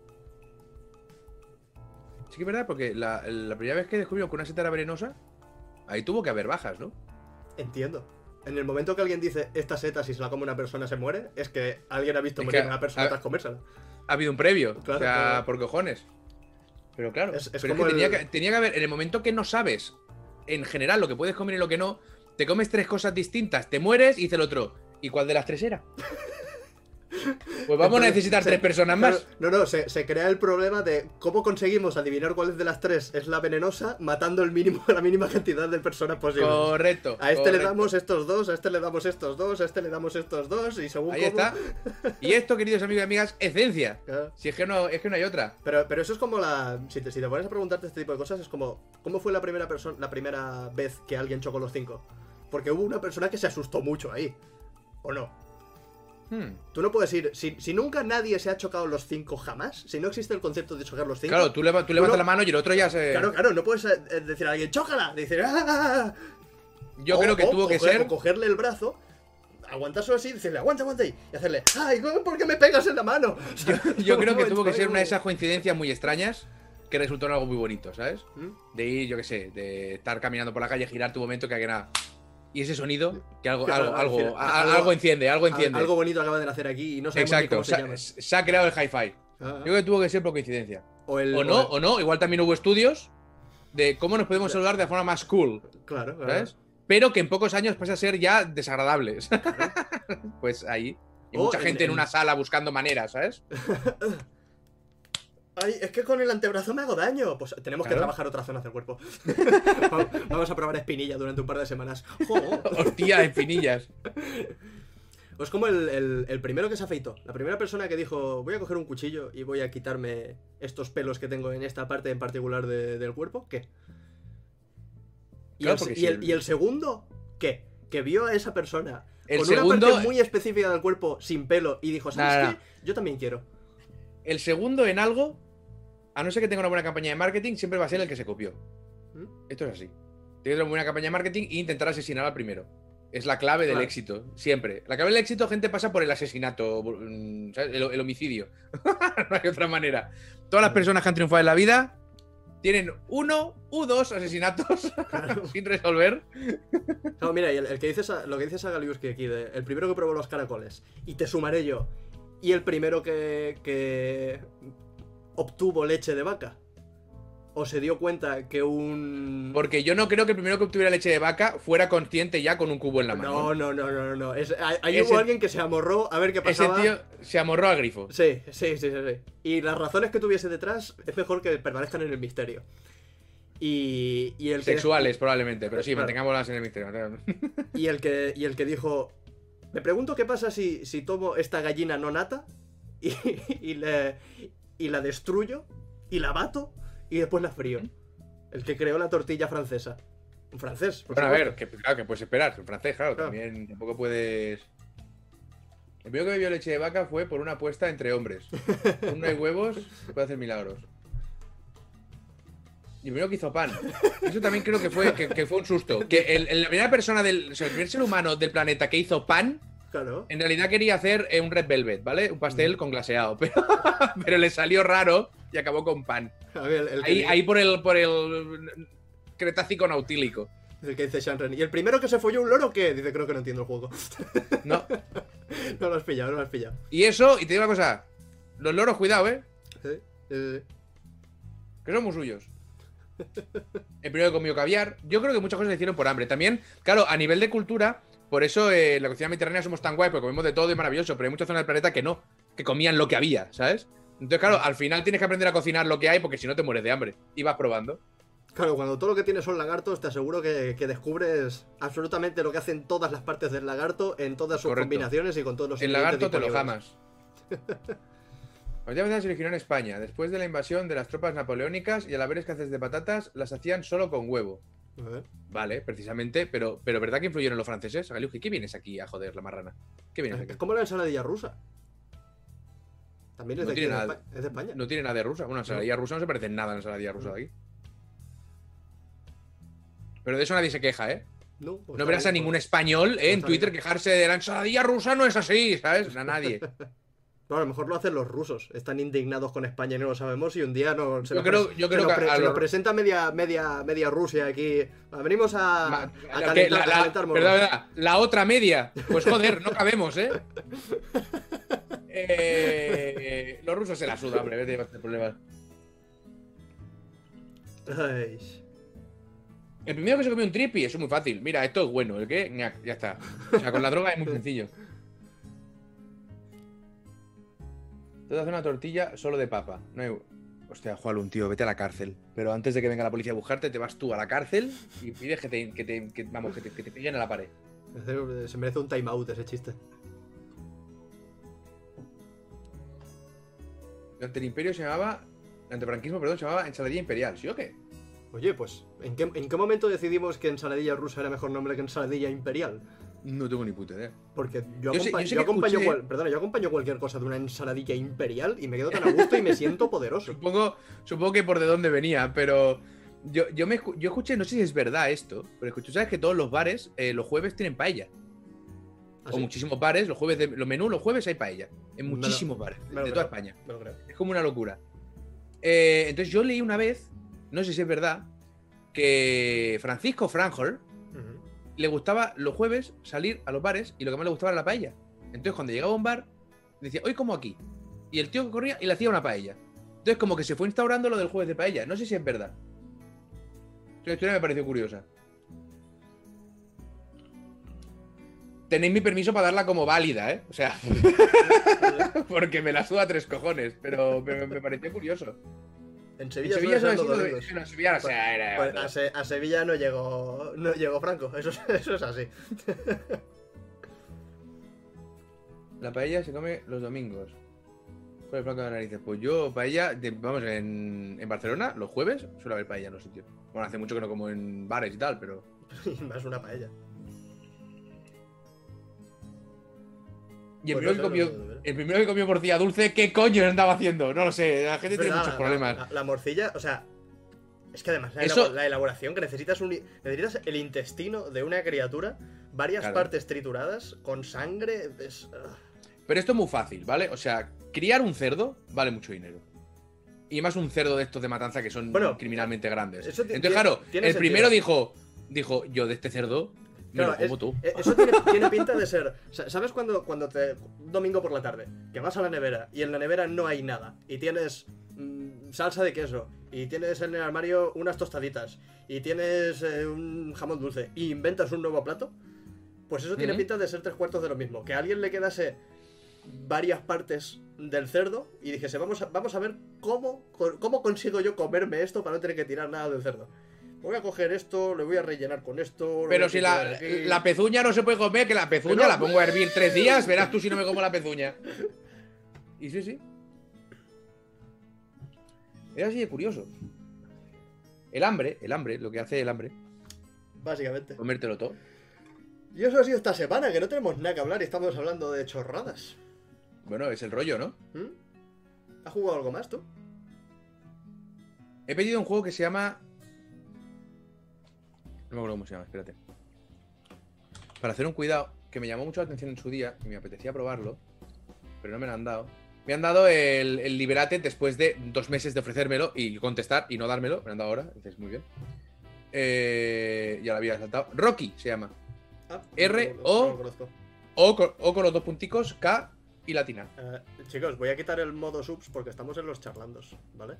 Sí que es verdad, porque la primera vez que descubrió que una seta era venenosa, ahí tuvo que haber bajas, ¿no? Entiendo. En el momento que alguien dice, esta seta si se la come una persona se muere, es que alguien ha visto Es morir que a una persona tras comérsela. Ha habido un previo, Claro, o sea, claro. por cojones. Pero claro, Es pero como es que el- tenía que haber, en el momento que no sabes, en general, lo que puedes comer y lo que no, te comes tres cosas distintas, te mueres y dice el otro, ¿y cuál de las tres era? Pues vamos a Entonces, necesitar tres personas más. No, se crea el problema de cómo conseguimos adivinar cuál de las tres es la venenosa, matando la mínima cantidad de personas posibles. Correcto. A este le correcto. damos estos dos, a este le damos estos dos, a este le damos estos dos, y según Ahí cómo... está. Y esto, queridos amigos y amigas, es ciencia. Claro. Si es que no hay otra. Pero eso es como si te pones a preguntarte este tipo de cosas, es como, ¿cómo fue la primera vez que alguien chocó los 5? Porque hubo una persona que se asustó mucho ahí. ¿O no? Tú no puedes ir. Si nunca nadie se ha chocado los 5 jamás, si no existe el concepto de chocar los 5. Claro, tú levantas la mano y el otro ya se. Claro, no puedes decir a alguien, ¡chócala! Decir, ¡ah! Yo creo que tuvo que ser. O cogerle el brazo, aguantárselo así y decirle, aguanta ahí. Y hacerle, ¡ay, ¿por qué me pegas en la mano? Yo creo que tuvo que ser una de esas coincidencias muy extrañas que resultó en algo muy bonito, ¿sabes? De ir, yo qué sé, de estar caminando por la calle, girar tu momento, que alguien y ese sonido, que algo enciende. Algo bonito acaba de nacer aquí y no sabemos ni Exacto, cómo se llama. se ha creado el hi-fi. Ah. Yo creo que tuvo que ser por coincidencia. O no, igual también hubo estudios de cómo nos podemos saludar de forma más cool, Claro. ¿sabes? Pero que en pocos años pasa a ser ya desagradables. Pues ahí. Y O mucha gente en en- una sala buscando maneras, ¿sabes? Ay, es que con el antebrazo me hago daño. Pues tenemos que Claro. trabajar otras zonas del cuerpo. Vamos a probar espinilla durante un par de semanas. ¡Jo! Hostia, espinillas. Pues como el primero que se afeitó. La primera persona que dijo, voy a coger un cuchillo y voy a quitarme estos pelos que tengo en esta parte en particular del cuerpo. ¿Qué? Claro, porque si Y el segundo, ¿qué? Que vio a esa persona El con segundo- una parte muy específica del cuerpo sin pelo y dijo, ¿sabes Nada. qué? Yo también quiero. El segundo en algo, a no ser que tenga una buena campaña de marketing, siempre va a ser el que se copió. ¿Mm? Esto es así. Tienes que tener una buena campaña de marketing e intentar asesinar al primero. Es la clave del Claro. éxito, siempre. La clave del éxito, gente, pasa por el asesinato, ¿sabes? El homicidio. No hay otra manera. Todas las personas que han triunfado en la vida tienen 1 u 2 asesinatos sin resolver. No, mira, y lo que dices a Galiuski aquí, el primero que probó los caracoles, y te sumaré yo, y el primero que obtuvo leche de vaca, o se dio cuenta que un... Porque yo no creo que el primero que obtuviera leche de vaca fuera consciente ya con un cubo en la mano. No. Ahí Ese- hubo alguien que se amorró a ver qué Ese pasaba. tío se amorró al grifo. Sí. Y las razones que tuviese detrás es mejor que permanezcan en el misterio. Y el que... Sexuales, probablemente, pero sí, Claro. mantengámoslas en el misterio. Y el que dijo, me pregunto qué pasa si tomo esta gallina no nata y la destruyo y la bato y después la frío. El que creó la tortilla francesa. Un francés, por Bueno, a supuesto. ver, claro, que puedes esperar. En francés, claro, Claro. también tampoco puedes. El primero que bebió leche de vaca fue por una apuesta entre hombres. Uno hay huevos, puede hacer milagros. Y el primero que hizo pan. Eso también creo que fue un susto. Que la primera persona o sea, el primer ser humano del planeta que hizo pan, Claro. en realidad quería hacer un red velvet, ¿vale? Un pastel con glaseado. Pero le salió raro y acabó con pan. A ver, Ahí por el Cretácico Nautílico. el que dice Shanren. ¿Y el primero que se folló un loro qué? Dice, creo que no entiendo el juego. No. No lo has pillado, no lo has pillado. Y eso, y te digo una cosa. Los loros, cuidado, ¿eh? Sí. Que son muy suyos. El primero que comió caviar. Yo creo que muchas cosas se hicieron por hambre. También, claro, a nivel de cultura, por eso la cocina mediterránea somos tan guay, porque comemos de todo y maravilloso, pero hay muchas zonas del planeta que no, que comían lo que había, ¿sabes? Entonces, claro, al final tienes que aprender a cocinar lo que hay, porque si no te mueres de hambre. Y vas probando. Claro, cuando todo lo que tienes son lagartos, te aseguro que descubres absolutamente lo que hacen todas las partes del lagarto en todas sus Correcto. combinaciones y con todos los El ingredientes lagarto te lo disponibles. jamas. La batalla se originó en España, después de la invasión de las tropas napoleónicas y al haber escasez de patatas, las hacían solo con huevo. A ver. Vale, precisamente, pero ¿verdad que influyeron los franceses? Galiuji, ¿qué vienes aquí a joder la marrana? ¿Qué vienes Es aquí? como la ensaladilla rusa. También es No de aquí, tiene es de nada- Espa- es de España. No tiene nada de rusa. Bueno, la ensaladilla rusa no se parece en nada a la ensaladilla rusa de aquí. Pero de eso nadie se queja, ¿eh? No, pues No está verás a bien, ningún pues. español en está Twitter bien. quejarse de la ensaladilla rusa, no es así, ¿sabes? A nadie. No, a lo mejor lo hacen los rusos. Están indignados con España y no lo sabemos. Y un día no, Yo creo que a se los- nos presenta media Rusia aquí. Venimos a Que calentar monos. verdad, la otra media. Pues joder, no cabemos, ¿eh? Los rusos se la sudan, hombre, vete a tener problemas. Ay. El primero que se comió un tripi, eso es muy fácil. Mira, esto es bueno, ¿el qué? Ñac, ya está. O sea, con la droga es muy sencillo. Te hacer una tortilla solo de papa. No hay... Hostia, Juan, tío, vete a la cárcel. Pero antes de que venga la policía a buscarte, te vas tú a la cárcel y pides que te pillen a la pared. Se merece un time out ese chiste. Durante el imperio se llamaba... Durante el franquismo, perdón, se llamaba ensaladilla imperial. ¿Sí o qué? Oye, pues, ¿en qué momento decidimos que ensaladilla rusa era mejor nombre que ensaladilla imperial? No tengo ni puta idea. Porque Yo sé que escuché- yo acompaño cualquier cosa de una ensaladilla imperial y me quedo tan a gusto y me siento poderoso. Supongo que por de dónde venía, pero yo escuché, no sé si es verdad esto, pero escuché, ¿sabes que todos los bares los jueves tienen paella? ¿Ah, O sí? muchísimos bares, los menús los jueves hay paella. En Me lo- muchísimos bares, me lo de toda creo. España. Me lo creo. Es como una locura. Entonces yo leí una vez, no sé si es verdad, que Francisco Franjol Ujú. le gustaba los jueves salir a los bares y lo que más le gustaba era la paella. Entonces cuando llegaba a un bar, decía, hoy como aquí. Y el tío que corría y le hacía una paella. Entonces como que se fue instaurando lo del jueves de paella. No sé si es verdad. La historia me pareció curiosa. Tenéis mi permiso para darla como válida, ¿eh? O sea, porque me la suda tres cojones, pero me pareció curioso. En En Sevilla, Sevilla suele ser eso los ha sido domingos. no, en Sevilla, o sea, era... Pues a Sevilla no llegó Franco, eso es así. La paella se come los domingos. Jueves blanco de narices. Pues yo, paella, vamos, en Barcelona, los jueves suele haber paella en los sitios. Bueno, hace mucho que no como en bares y tal, pero. Y más una paella. Y Pues no sé, no sé. el primero que comió morcilla dulce, ¿qué coño andaba haciendo? No lo sé, la gente Es tiene verdad, muchos problemas. La morcilla, o sea, es que además Eso- la elaboración que necesitas el intestino de una criatura, varias Claro. partes trituradas, con sangre, Pero esto es muy fácil, ¿vale? O sea, criar un cerdo vale mucho dinero. Y más un cerdo de estos de matanza que son Bueno, criminalmente grandes. eso Entonces, claro, tiene el sentido. primero dijo, yo de este cerdo me Claro, lo como tú. eso tiene pinta de ser. ¿Sabes cuando un domingo por la tarde, que vas a la nevera y en la nevera no hay nada? Y tienes salsa de queso, y tienes en el armario unas tostaditas, y tienes un jamón dulce, y inventas un nuevo plato. Pues eso tiene Ujú. pinta de ser 3/4 de lo mismo. Que a alguien le quedase varias partes del cerdo y dijese, vamos a ver cómo consigo yo comerme esto para no tener que tirar nada del cerdo. Voy a coger esto, le voy a rellenar con esto. lo voy Pero a si quitar la, aquí. la pezuña no se puede comer, que la pezuña Pero- la pongo a hervir 3 días, verás tú si no me como la pezuña. Y sí, sí. Era así de curioso. El hambre, lo que hace el hambre, Básicamente. comértelo todo. Y eso ha sido esta semana, que no tenemos nada que hablar y estamos hablando de chorradas. Bueno, es el rollo, ¿no? ¿Has jugado algo más tú? He pedido un juego que se llama me acuerdo cómo se llama, espérate. Para hacer un cuidado, que me llamó mucho la atención en su día, y me apetecía probarlo, pero no me lo han dado. Me han dado el Liberate después de 2 meses de ofrecérmelo y contestar y no dármelo. Me han dado ahora, dices, muy bien. Ya lo había saltado. Rocky se llama. O con los 2 punticos, K y latina. Chicos, voy a quitar el modo subs porque estamos en los charlandos, ¿vale?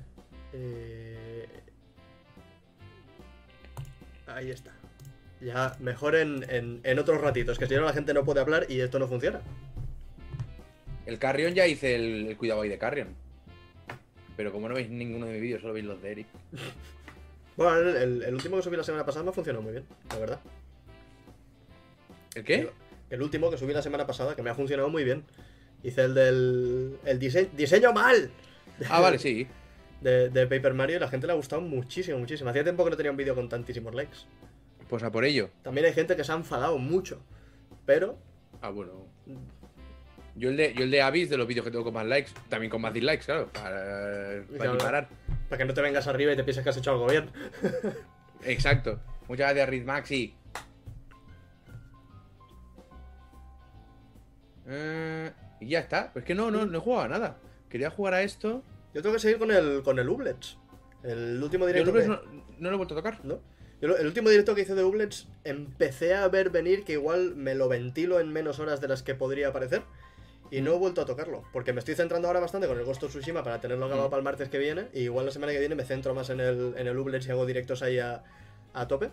Ahí está. Ya mejor en otros ratitos, que si no la gente no puede hablar y esto no funciona. El Carrion ya hice el cuidado ahí de Carrion. Pero como no veis ninguno de mis vídeos, solo veis los de Eric. Bueno, el último que subí la semana pasada me funcionó muy bien, la verdad. ¿El qué? El último que subí la semana pasada, que me ha funcionado muy bien. Hice el del diseño mal. Ah, vale, sí. De Paper Mario y la gente le ha gustado muchísimo, muchísimo. Hacía tiempo que no tenía un vídeo con tantísimos likes. Pues a por ello. También hay gente que se ha enfadado mucho, pero... Ah, bueno. Yo el de Abyss, de los vídeos que tengo con más likes, también con más dislikes, claro. Para equiparar. Para que no te vengas arriba y te pienses que has hecho algo bien. Exacto. Muchas gracias, Rizmaxi. Y ya está. Pues que no he jugado a nada. Quería jugar a esto. Yo tengo que seguir con el Ublets. El último directo. Yo el Ublets no lo he vuelto a tocar. ¿No? Yo el último directo que hice de Ublets empecé a ver venir que igual me lo ventilo en menos horas de las que podría parecer. Y no he vuelto a tocarlo, porque me estoy centrando ahora bastante con el Ghost of Tsushima para tenerlo acabado para el martes que viene. Y igual la semana que viene me centro más en el Ublets y hago directos ahí a tope.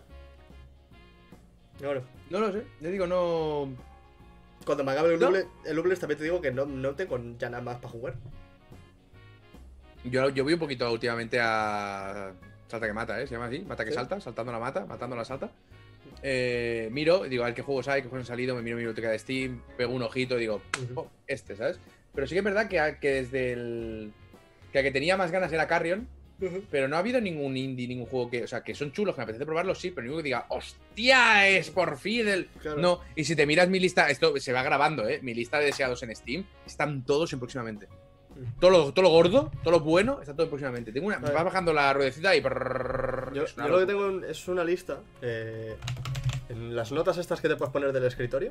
Y bueno, no lo sé, te digo, no. Cuando me acabe el Ublets también te digo que no tengo ya nada más para jugar. Yo voy un poquito últimamente a Salta que mata, se llama así, mata que ¿Sí? salta, saltando la mata, matando la salta. Miro, digo, a ver qué juegos hay, qué juegos han salido, me miro mi biblioteca de Steam, pego un ojito, digo, oh, ¿sabes? Pero sí que es verdad que desde el... que tenía más ganas era Carrion, pero no ha habido ningún indie, ningún juego que... O sea, que son chulos, que me apetece probarlos, sí, pero ninguno que diga, ¡hostia, es por fin el...! Claro. No, y si te miras mi lista, esto se va grabando, mi lista de deseados en Steam, están todos en próximamente. Todo lo gordo, todo lo bueno, está todo próximamente. Tengo una, me va bajando la ruedecita y... Yo lo que tengo es una lista... en las notas estas que te puedes poner del escritorio,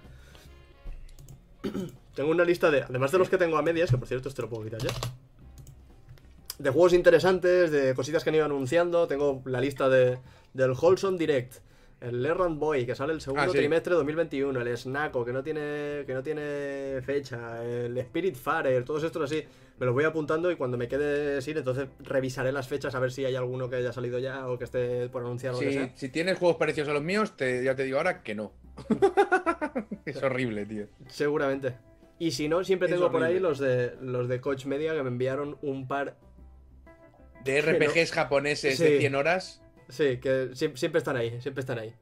tengo una lista de, además de los que tengo a medias, que por cierto este lo puedo quitar ya, de juegos interesantes, de cositas que han ido anunciando. Tengo la lista del Wholesome Direct, el Errand Boy, que sale el segundo trimestre de 2021, el Snacko, que no tiene fecha, el Spiritfarer, todos estos así. Me los voy apuntando y cuando me quede sin, entonces revisaré las fechas a ver si hay alguno que haya salido ya o que esté por anunciar o lo que sea. Si tienes juegos parecidos a los míos, ya te digo ahora que no. Es horrible, tío. Seguramente. Y si no, siempre tengo por ahí los de Koch Media, que me enviaron un par de RPGs japoneses de 100 horas. Sí, que siempre están ahí, siempre están ahí.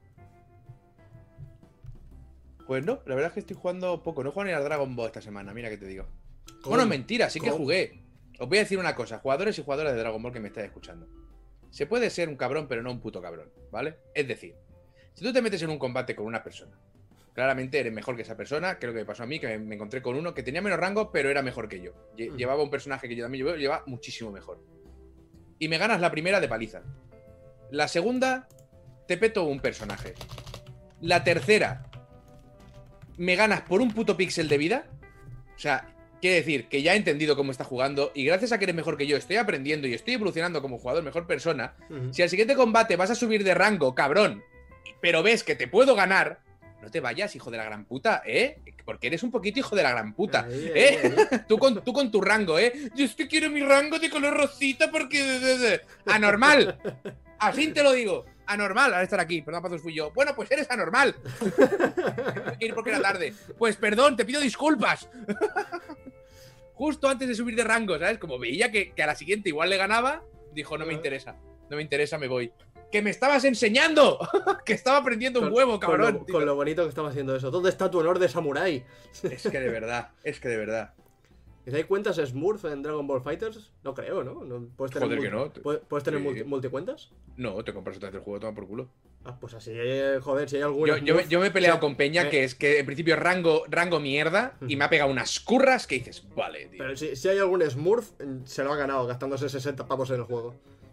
Pues no, la verdad es que estoy jugando poco. No he jugado ni a Dragon Ball esta semana, mira que te digo. Bueno, mentira, sí que jugué. Os voy a decir una cosa, jugadores y jugadoras de Dragon Ball que me estáis escuchando. Se puede ser un cabrón, pero no un puto cabrón, ¿vale? Es decir, si tú te metes en un combate con una persona, claramente eres mejor que esa persona, que es lo que me pasó a mí, que me encontré con uno que tenía menos rango, pero era mejor que yo. Llevaba un personaje que yo también llevaba muchísimo mejor. Y me ganas la primera de paliza. La segunda, te peto un personaje. La tercera, me ganas por un puto píxel de vida. O sea, quiere decir que ya he entendido cómo está jugando y gracias a que eres mejor que yo, estoy aprendiendo y estoy evolucionando como jugador, mejor persona. Si al siguiente combate vas a subir de rango, cabrón, pero ves que te puedo ganar, no te vayas, hijo de la gran puta, porque eres un poquito hijo de la gran puta, Tú con tu rango, Yo es que quiero mi rango de color rosita porque... ¡Anormal! Así te lo digo. Anormal al estar aquí. Perdón, Pazos, fui yo. Bueno, pues eres anormal. Tengo que ir porque era tarde. Pues perdón, te pido disculpas. Justo antes de subir de rango, ¿sabes? Como veía que a la siguiente igual le ganaba, dijo, no me interesa. No me interesa, me voy. ¡Que me estabas enseñando! ¡Que estaba aprendiendo un huevo, cabrón! Con lo bonito que estaba haciendo eso. ¿Dónde está tu honor de samurái? Es que de verdad. ¿Y te cuentas Smurf en Dragon Ball Fighters? No creo, ¿no? ¿Puedes tener Joder, que no. ¿Puedes tener multicuentas? No, te compras otra vez el juego, toma por culo. Ah, pues así, joder, si hay alguna... Yo me he peleado con Peña, que es que en principio es rango mierda, y me ha pegado unas curras que dices, vale, tío. Pero si hay algún Smurf, se lo ha ganado gastándose 60 pavos en el juego.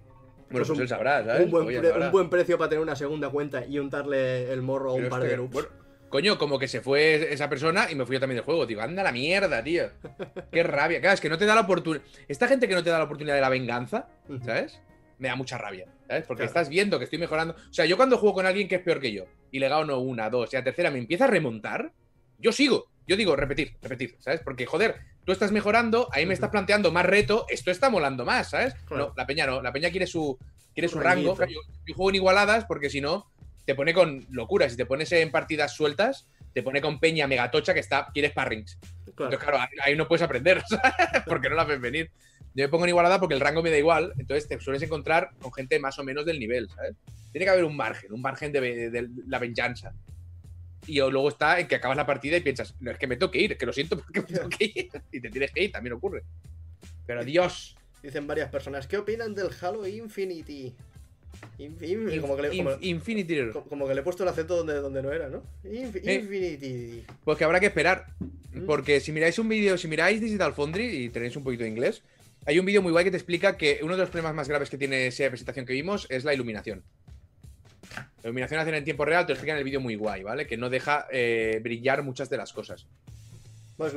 Bueno, pues él sabrá, ¿sabes? Un buen precio para tener una segunda cuenta y untarle el morro a un par de noobs. Bueno, coño, como que se fue esa persona y me fui yo también del juego. Digo, anda la mierda, tío. Qué rabia. Claro, es que no te da la oportunidad. Esta gente que no te da la oportunidad de la venganza, ¿sabes? Me da mucha rabia, ¿sabes? Porque estás viendo que estoy mejorando. O sea, yo cuando juego con alguien que es peor que yo y le gano una, dos y a tercera me empieza a remontar, yo sigo. Yo digo, repetir, ¿sabes? Porque, joder, tú estás mejorando, ahí me estás planteando más reto, esto está molando más, ¿sabes? Claro. No, la peña no. La peña quiere su rango. Yo juego en igualadas porque si no, te pone con locuras. Si te pones en partidas sueltas, te pone con peña megatocha que quiere sparrings. Claro. Entonces, claro, ahí no puedes aprender, ¿sabes? Porque no la ves venir. Yo me pongo en igualada porque el rango me da igual, entonces te sueles encontrar con gente más o menos del nivel, ¿sabes? Tiene que haber un margen de la venganza. Y luego está en que acabas la partida y piensas, no, es que me tengo que ir, que lo siento porque me tengo que ir. Y te tienes que ir, también ocurre. Pero Dios. Dicen varias personas, ¿qué opinan del Halo Infinity? Como que le he puesto el acento donde no era, ¿no? Infinity. Pues que habrá que esperar. Porque si miráis un vídeo, si miráis Digital Foundry y tenéis un poquito de inglés, hay un vídeo muy guay que te explica que uno de los problemas más graves que tiene esa presentación que vimos es la iluminación. La iluminación hacen en tiempo real, te lo explica en el vídeo muy guay, ¿vale? Que no deja brillar muchas de las cosas. Pues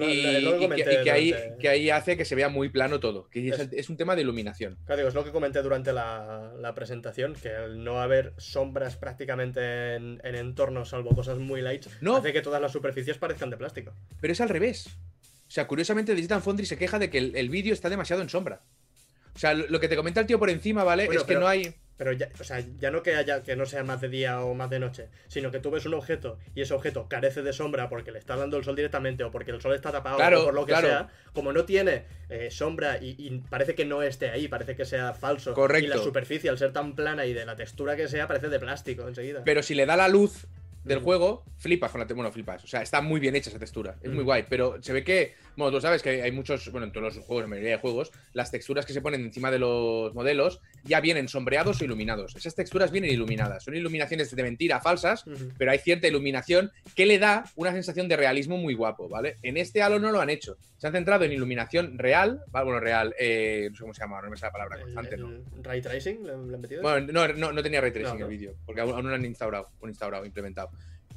que ahí hace que se vea muy plano todo. Que es un tema de iluminación. Claro, digo, es lo que comenté durante la presentación, que al no haber sombras prácticamente en entornos, salvo cosas muy lights, hace que todas las superficies parezcan de plástico. Pero es al revés. O sea, curiosamente Digital Foundry se queja de que el vídeo está demasiado en sombra. O sea, lo que te comenta el tío por encima, ¿vale? Bueno, es que no hay... Pero ya, o sea, ya no que no sea más de día o más de noche, sino que tú ves un objeto y ese objeto carece de sombra porque le está dando el sol directamente o porque el sol está tapado o por lo que sea, como no tiene sombra y parece que no esté ahí, parece que sea falso. Correcto. Y la superficie, al ser tan plana y de la textura que sea, parece de plástico enseguida. Pero si le da la luz del juego, flipas con la bueno, flipas. O sea, está muy bien hecha esa textura. Es muy guay. Pero se ve que, bueno, tú sabes que hay muchos, bueno, en todos los juegos, en la mayoría de juegos, las texturas que se ponen encima de los modelos ya vienen sombreados o iluminados. Esas texturas vienen iluminadas. Son iluminaciones de mentira falsas, pero hay cierta iluminación que le da una sensación de realismo muy guapo, ¿vale? En este Halo no lo han hecho. Se han centrado en iluminación real, ¿vale? Bueno, real, no sé cómo se llama, no me sale la palabra constante, ¿no? ¿Ray Tracing? ¿Le han metido? Bueno, no tenía Ray Tracing el vídeo, porque aún no lo han instaurado, implementado.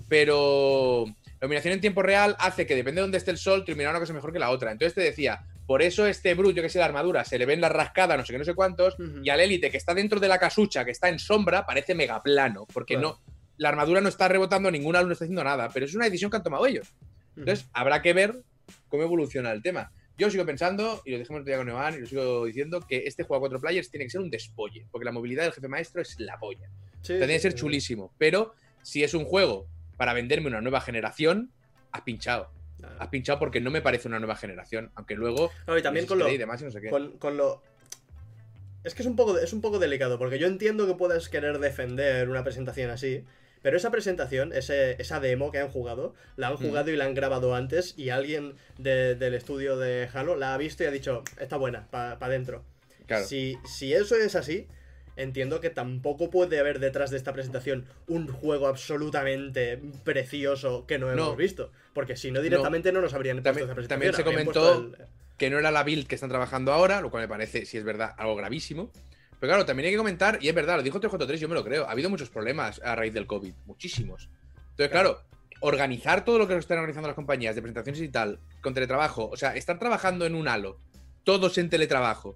Pero la iluminación en tiempo real hace que, depende de dónde esté el sol, te ilumina una cosa mejor que la otra. Entonces te decía, por eso este Brute, yo que sé, la armadura, se le ven las rascadas, no sé qué, no sé cuántos, y al élite que está dentro de la casucha, que está en sombra, parece mega plano, porque la armadura no está rebotando, ningún alumno está haciendo nada, pero es una decisión que han tomado ellos. Entonces habrá que ver cómo evoluciona el tema. Yo sigo pensando, y lo dejamos otro día con Neovan, y lo sigo diciendo, que este juego a 4 players tiene que ser un despolle, porque la movilidad del jefe maestro es la polla. Tiene que ser chulísimo, pero si es un juego para venderme una nueva generación, has pinchado. Has pinchado porque no me parece una nueva generación. Aunque luego... No, y también con lo... Y demás y no sé qué. Con lo... Es que es un poco delicado, porque yo entiendo que puedas querer defender una presentación así, pero esa presentación, esa demo que han jugado, la han jugado y la han grabado antes, y alguien del estudio de Halo la ha visto y ha dicho, está buena, para adentro. Claro. Si eso es así... Entiendo que tampoco puede haber detrás de esta presentación un juego absolutamente precioso que no hemos visto. Porque si no, directamente no nos habrían puesto esta presentación. También se comentó que no era la build que están trabajando ahora, lo cual me parece, si es verdad, algo gravísimo. Pero claro, también hay que comentar, y es verdad, lo dijo 343, yo me lo creo, ha habido muchos problemas a raíz del COVID, muchísimos. Entonces, claro, organizar todo lo que están organizando las compañías de presentaciones y tal, con teletrabajo, o sea, estar trabajando en un Halo, todos en teletrabajo.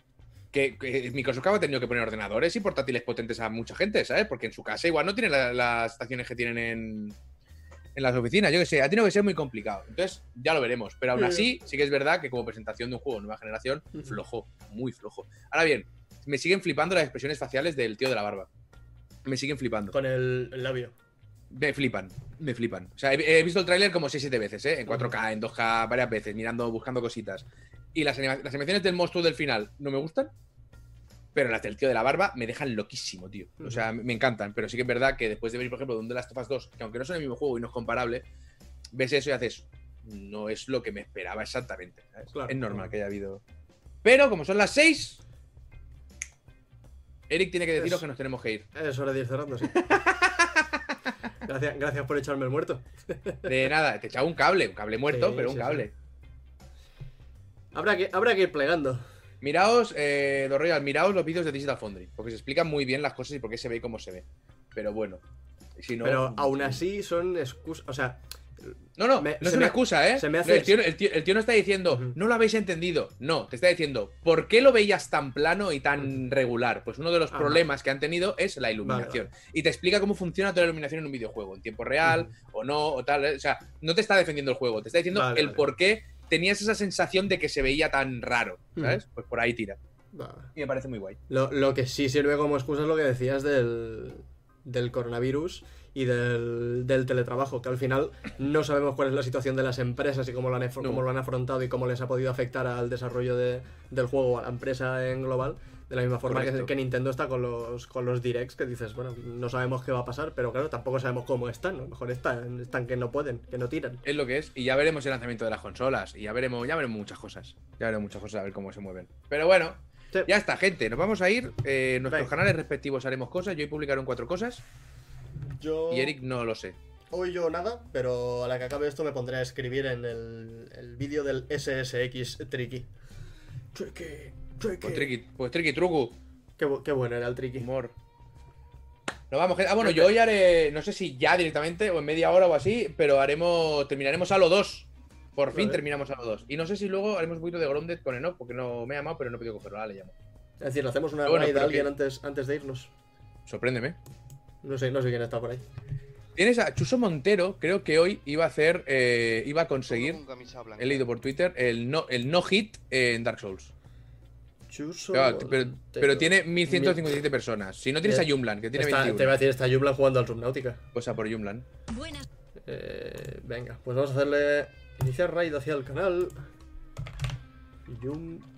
Que Microsoft ha tenido que poner ordenadores y portátiles potentes a mucha gente, ¿sabes? Porque en su casa igual no tienen las estaciones que tienen en las oficinas. Yo que sé, ha tenido que ser muy complicado. Entonces, ya lo veremos. Pero aún así, sí que es verdad que como presentación de un juego de nueva generación, flojo, muy flojo. Ahora bien, me siguen flipando las expresiones faciales del tío de la barba. Me siguen flipando. Con el labio. Me flipan. O sea, he visto el tráiler como 6-7 veces, ¿eh? En 4K, en 2K, varias veces, buscando cositas. Y las animaciones del monstruo del final no me gustan, pero las del tío de la barba me dejan loquísimo, tío. O sea, me encantan, pero sí que es verdad que después de ver, por ejemplo, de un The Last of Us 2, que aunque no son el mismo juego y no es comparable, ves eso y haces, no es lo que me esperaba exactamente, ¿sabes? Claro, es normal que haya habido... Pero como son las 6, Eric tiene que deciros que nos tenemos que ir. Es hora de ir cerrando, sí. Gracias por echarme el muerto. De nada, te he echado un cable muerto, pero un cable. Sí. Habrá que ir plegando. Miraos, The Royal, miraos los vídeos de Digital Foundry, porque se explican muy bien las cosas y por qué se ve y cómo se ve. Pero bueno, si no... Pero aún así son excusas, o sea... No es una excusa, ¿eh? Se me hace... el tío no está diciendo, no lo habéis entendido. No, te está diciendo, ¿por qué lo veías tan plano y tan regular? Pues uno de los problemas que han tenido es la iluminación. Vale. Y te explica cómo funciona toda la iluminación en un videojuego, en tiempo real o no, o tal. O sea, no te está defendiendo el juego, te está diciendo el por qué tenías esa sensación de que se veía tan raro, ¿sabes? Pues por ahí tira. Vale. Y me parece muy guay. Lo que sí sirve como excusa es lo que decías del coronavirus y del teletrabajo, que al final no sabemos cuál es la situación de las empresas y cómo lo han afrontado y cómo les ha podido afectar al desarrollo del juego o a la empresa en global, de la misma forma que Nintendo está con los directs, que dices, bueno, no sabemos qué va a pasar, pero claro, tampoco sabemos cómo están, ¿no? A lo mejor están que no pueden, que no tiran. Es lo que es, y ya veremos el lanzamiento de las consolas, y ya veremos muchas cosas, a ver cómo se mueven. Pero bueno, sí. Ya está, gente, nos vamos a ir, nuestros canales respectivos haremos cosas, yo hoy publicaré 4 cosas. Y Eric no lo sé. Hoy yo nada, pero a la que acabe esto me pondré a escribir en el vídeo del SSX Tricky. Pues Tricky Truco. Qué bueno era el Tricky. Humor. Nos vamos, gente. Bueno, yo hoy haré, no sé si ya directamente o en media hora o así, pero terminaremos Halo 2. Por fin terminamos Halo 2. Y no sé si luego haremos un poquito de Grounded con Enoch, porque no me ha llamado, pero no he podido cogerlo. Ahora le llamo. Es decir, hacemos una raid a alguien antes de irnos. Sorpréndeme. No sé quién está por ahí. Tienes a Chuso Montero, creo que hoy iba a conseguir, he leído por Twitter, el no hit en Dark Souls. Chuso pero tiene 1157 personas. Si no tienes a Jumlan, que tiene 21. Te voy a decir, está Jumlan jugando al Subnautica. Pues a por Jumlan. Venga, pues vamos a hacerle iniciar raid hacia el canal. Jumland.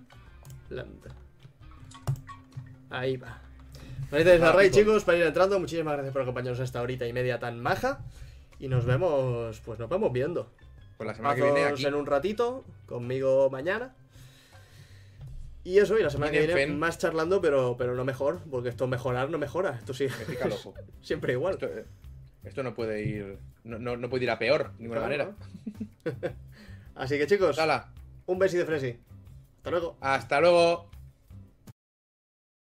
Ahí va. Necesitáis la raid, chicos, para ir entrando. Muchísimas gracias por acompañarnos a esta horita y media tan maja. Y nos vemos viendo. Pues la semana que viene aquí. En un ratito, conmigo mañana. Y eso, y la semana que viene más charlando, pero no mejor, porque esto mejorar no mejora. Esto sí. Me pica el ojo. Siempre igual. Esto no puede ir. No puede ir a peor, de ninguna manera. Así que, chicos, ¡Hala! Un besi de Fresi. Hasta luego. Hasta luego.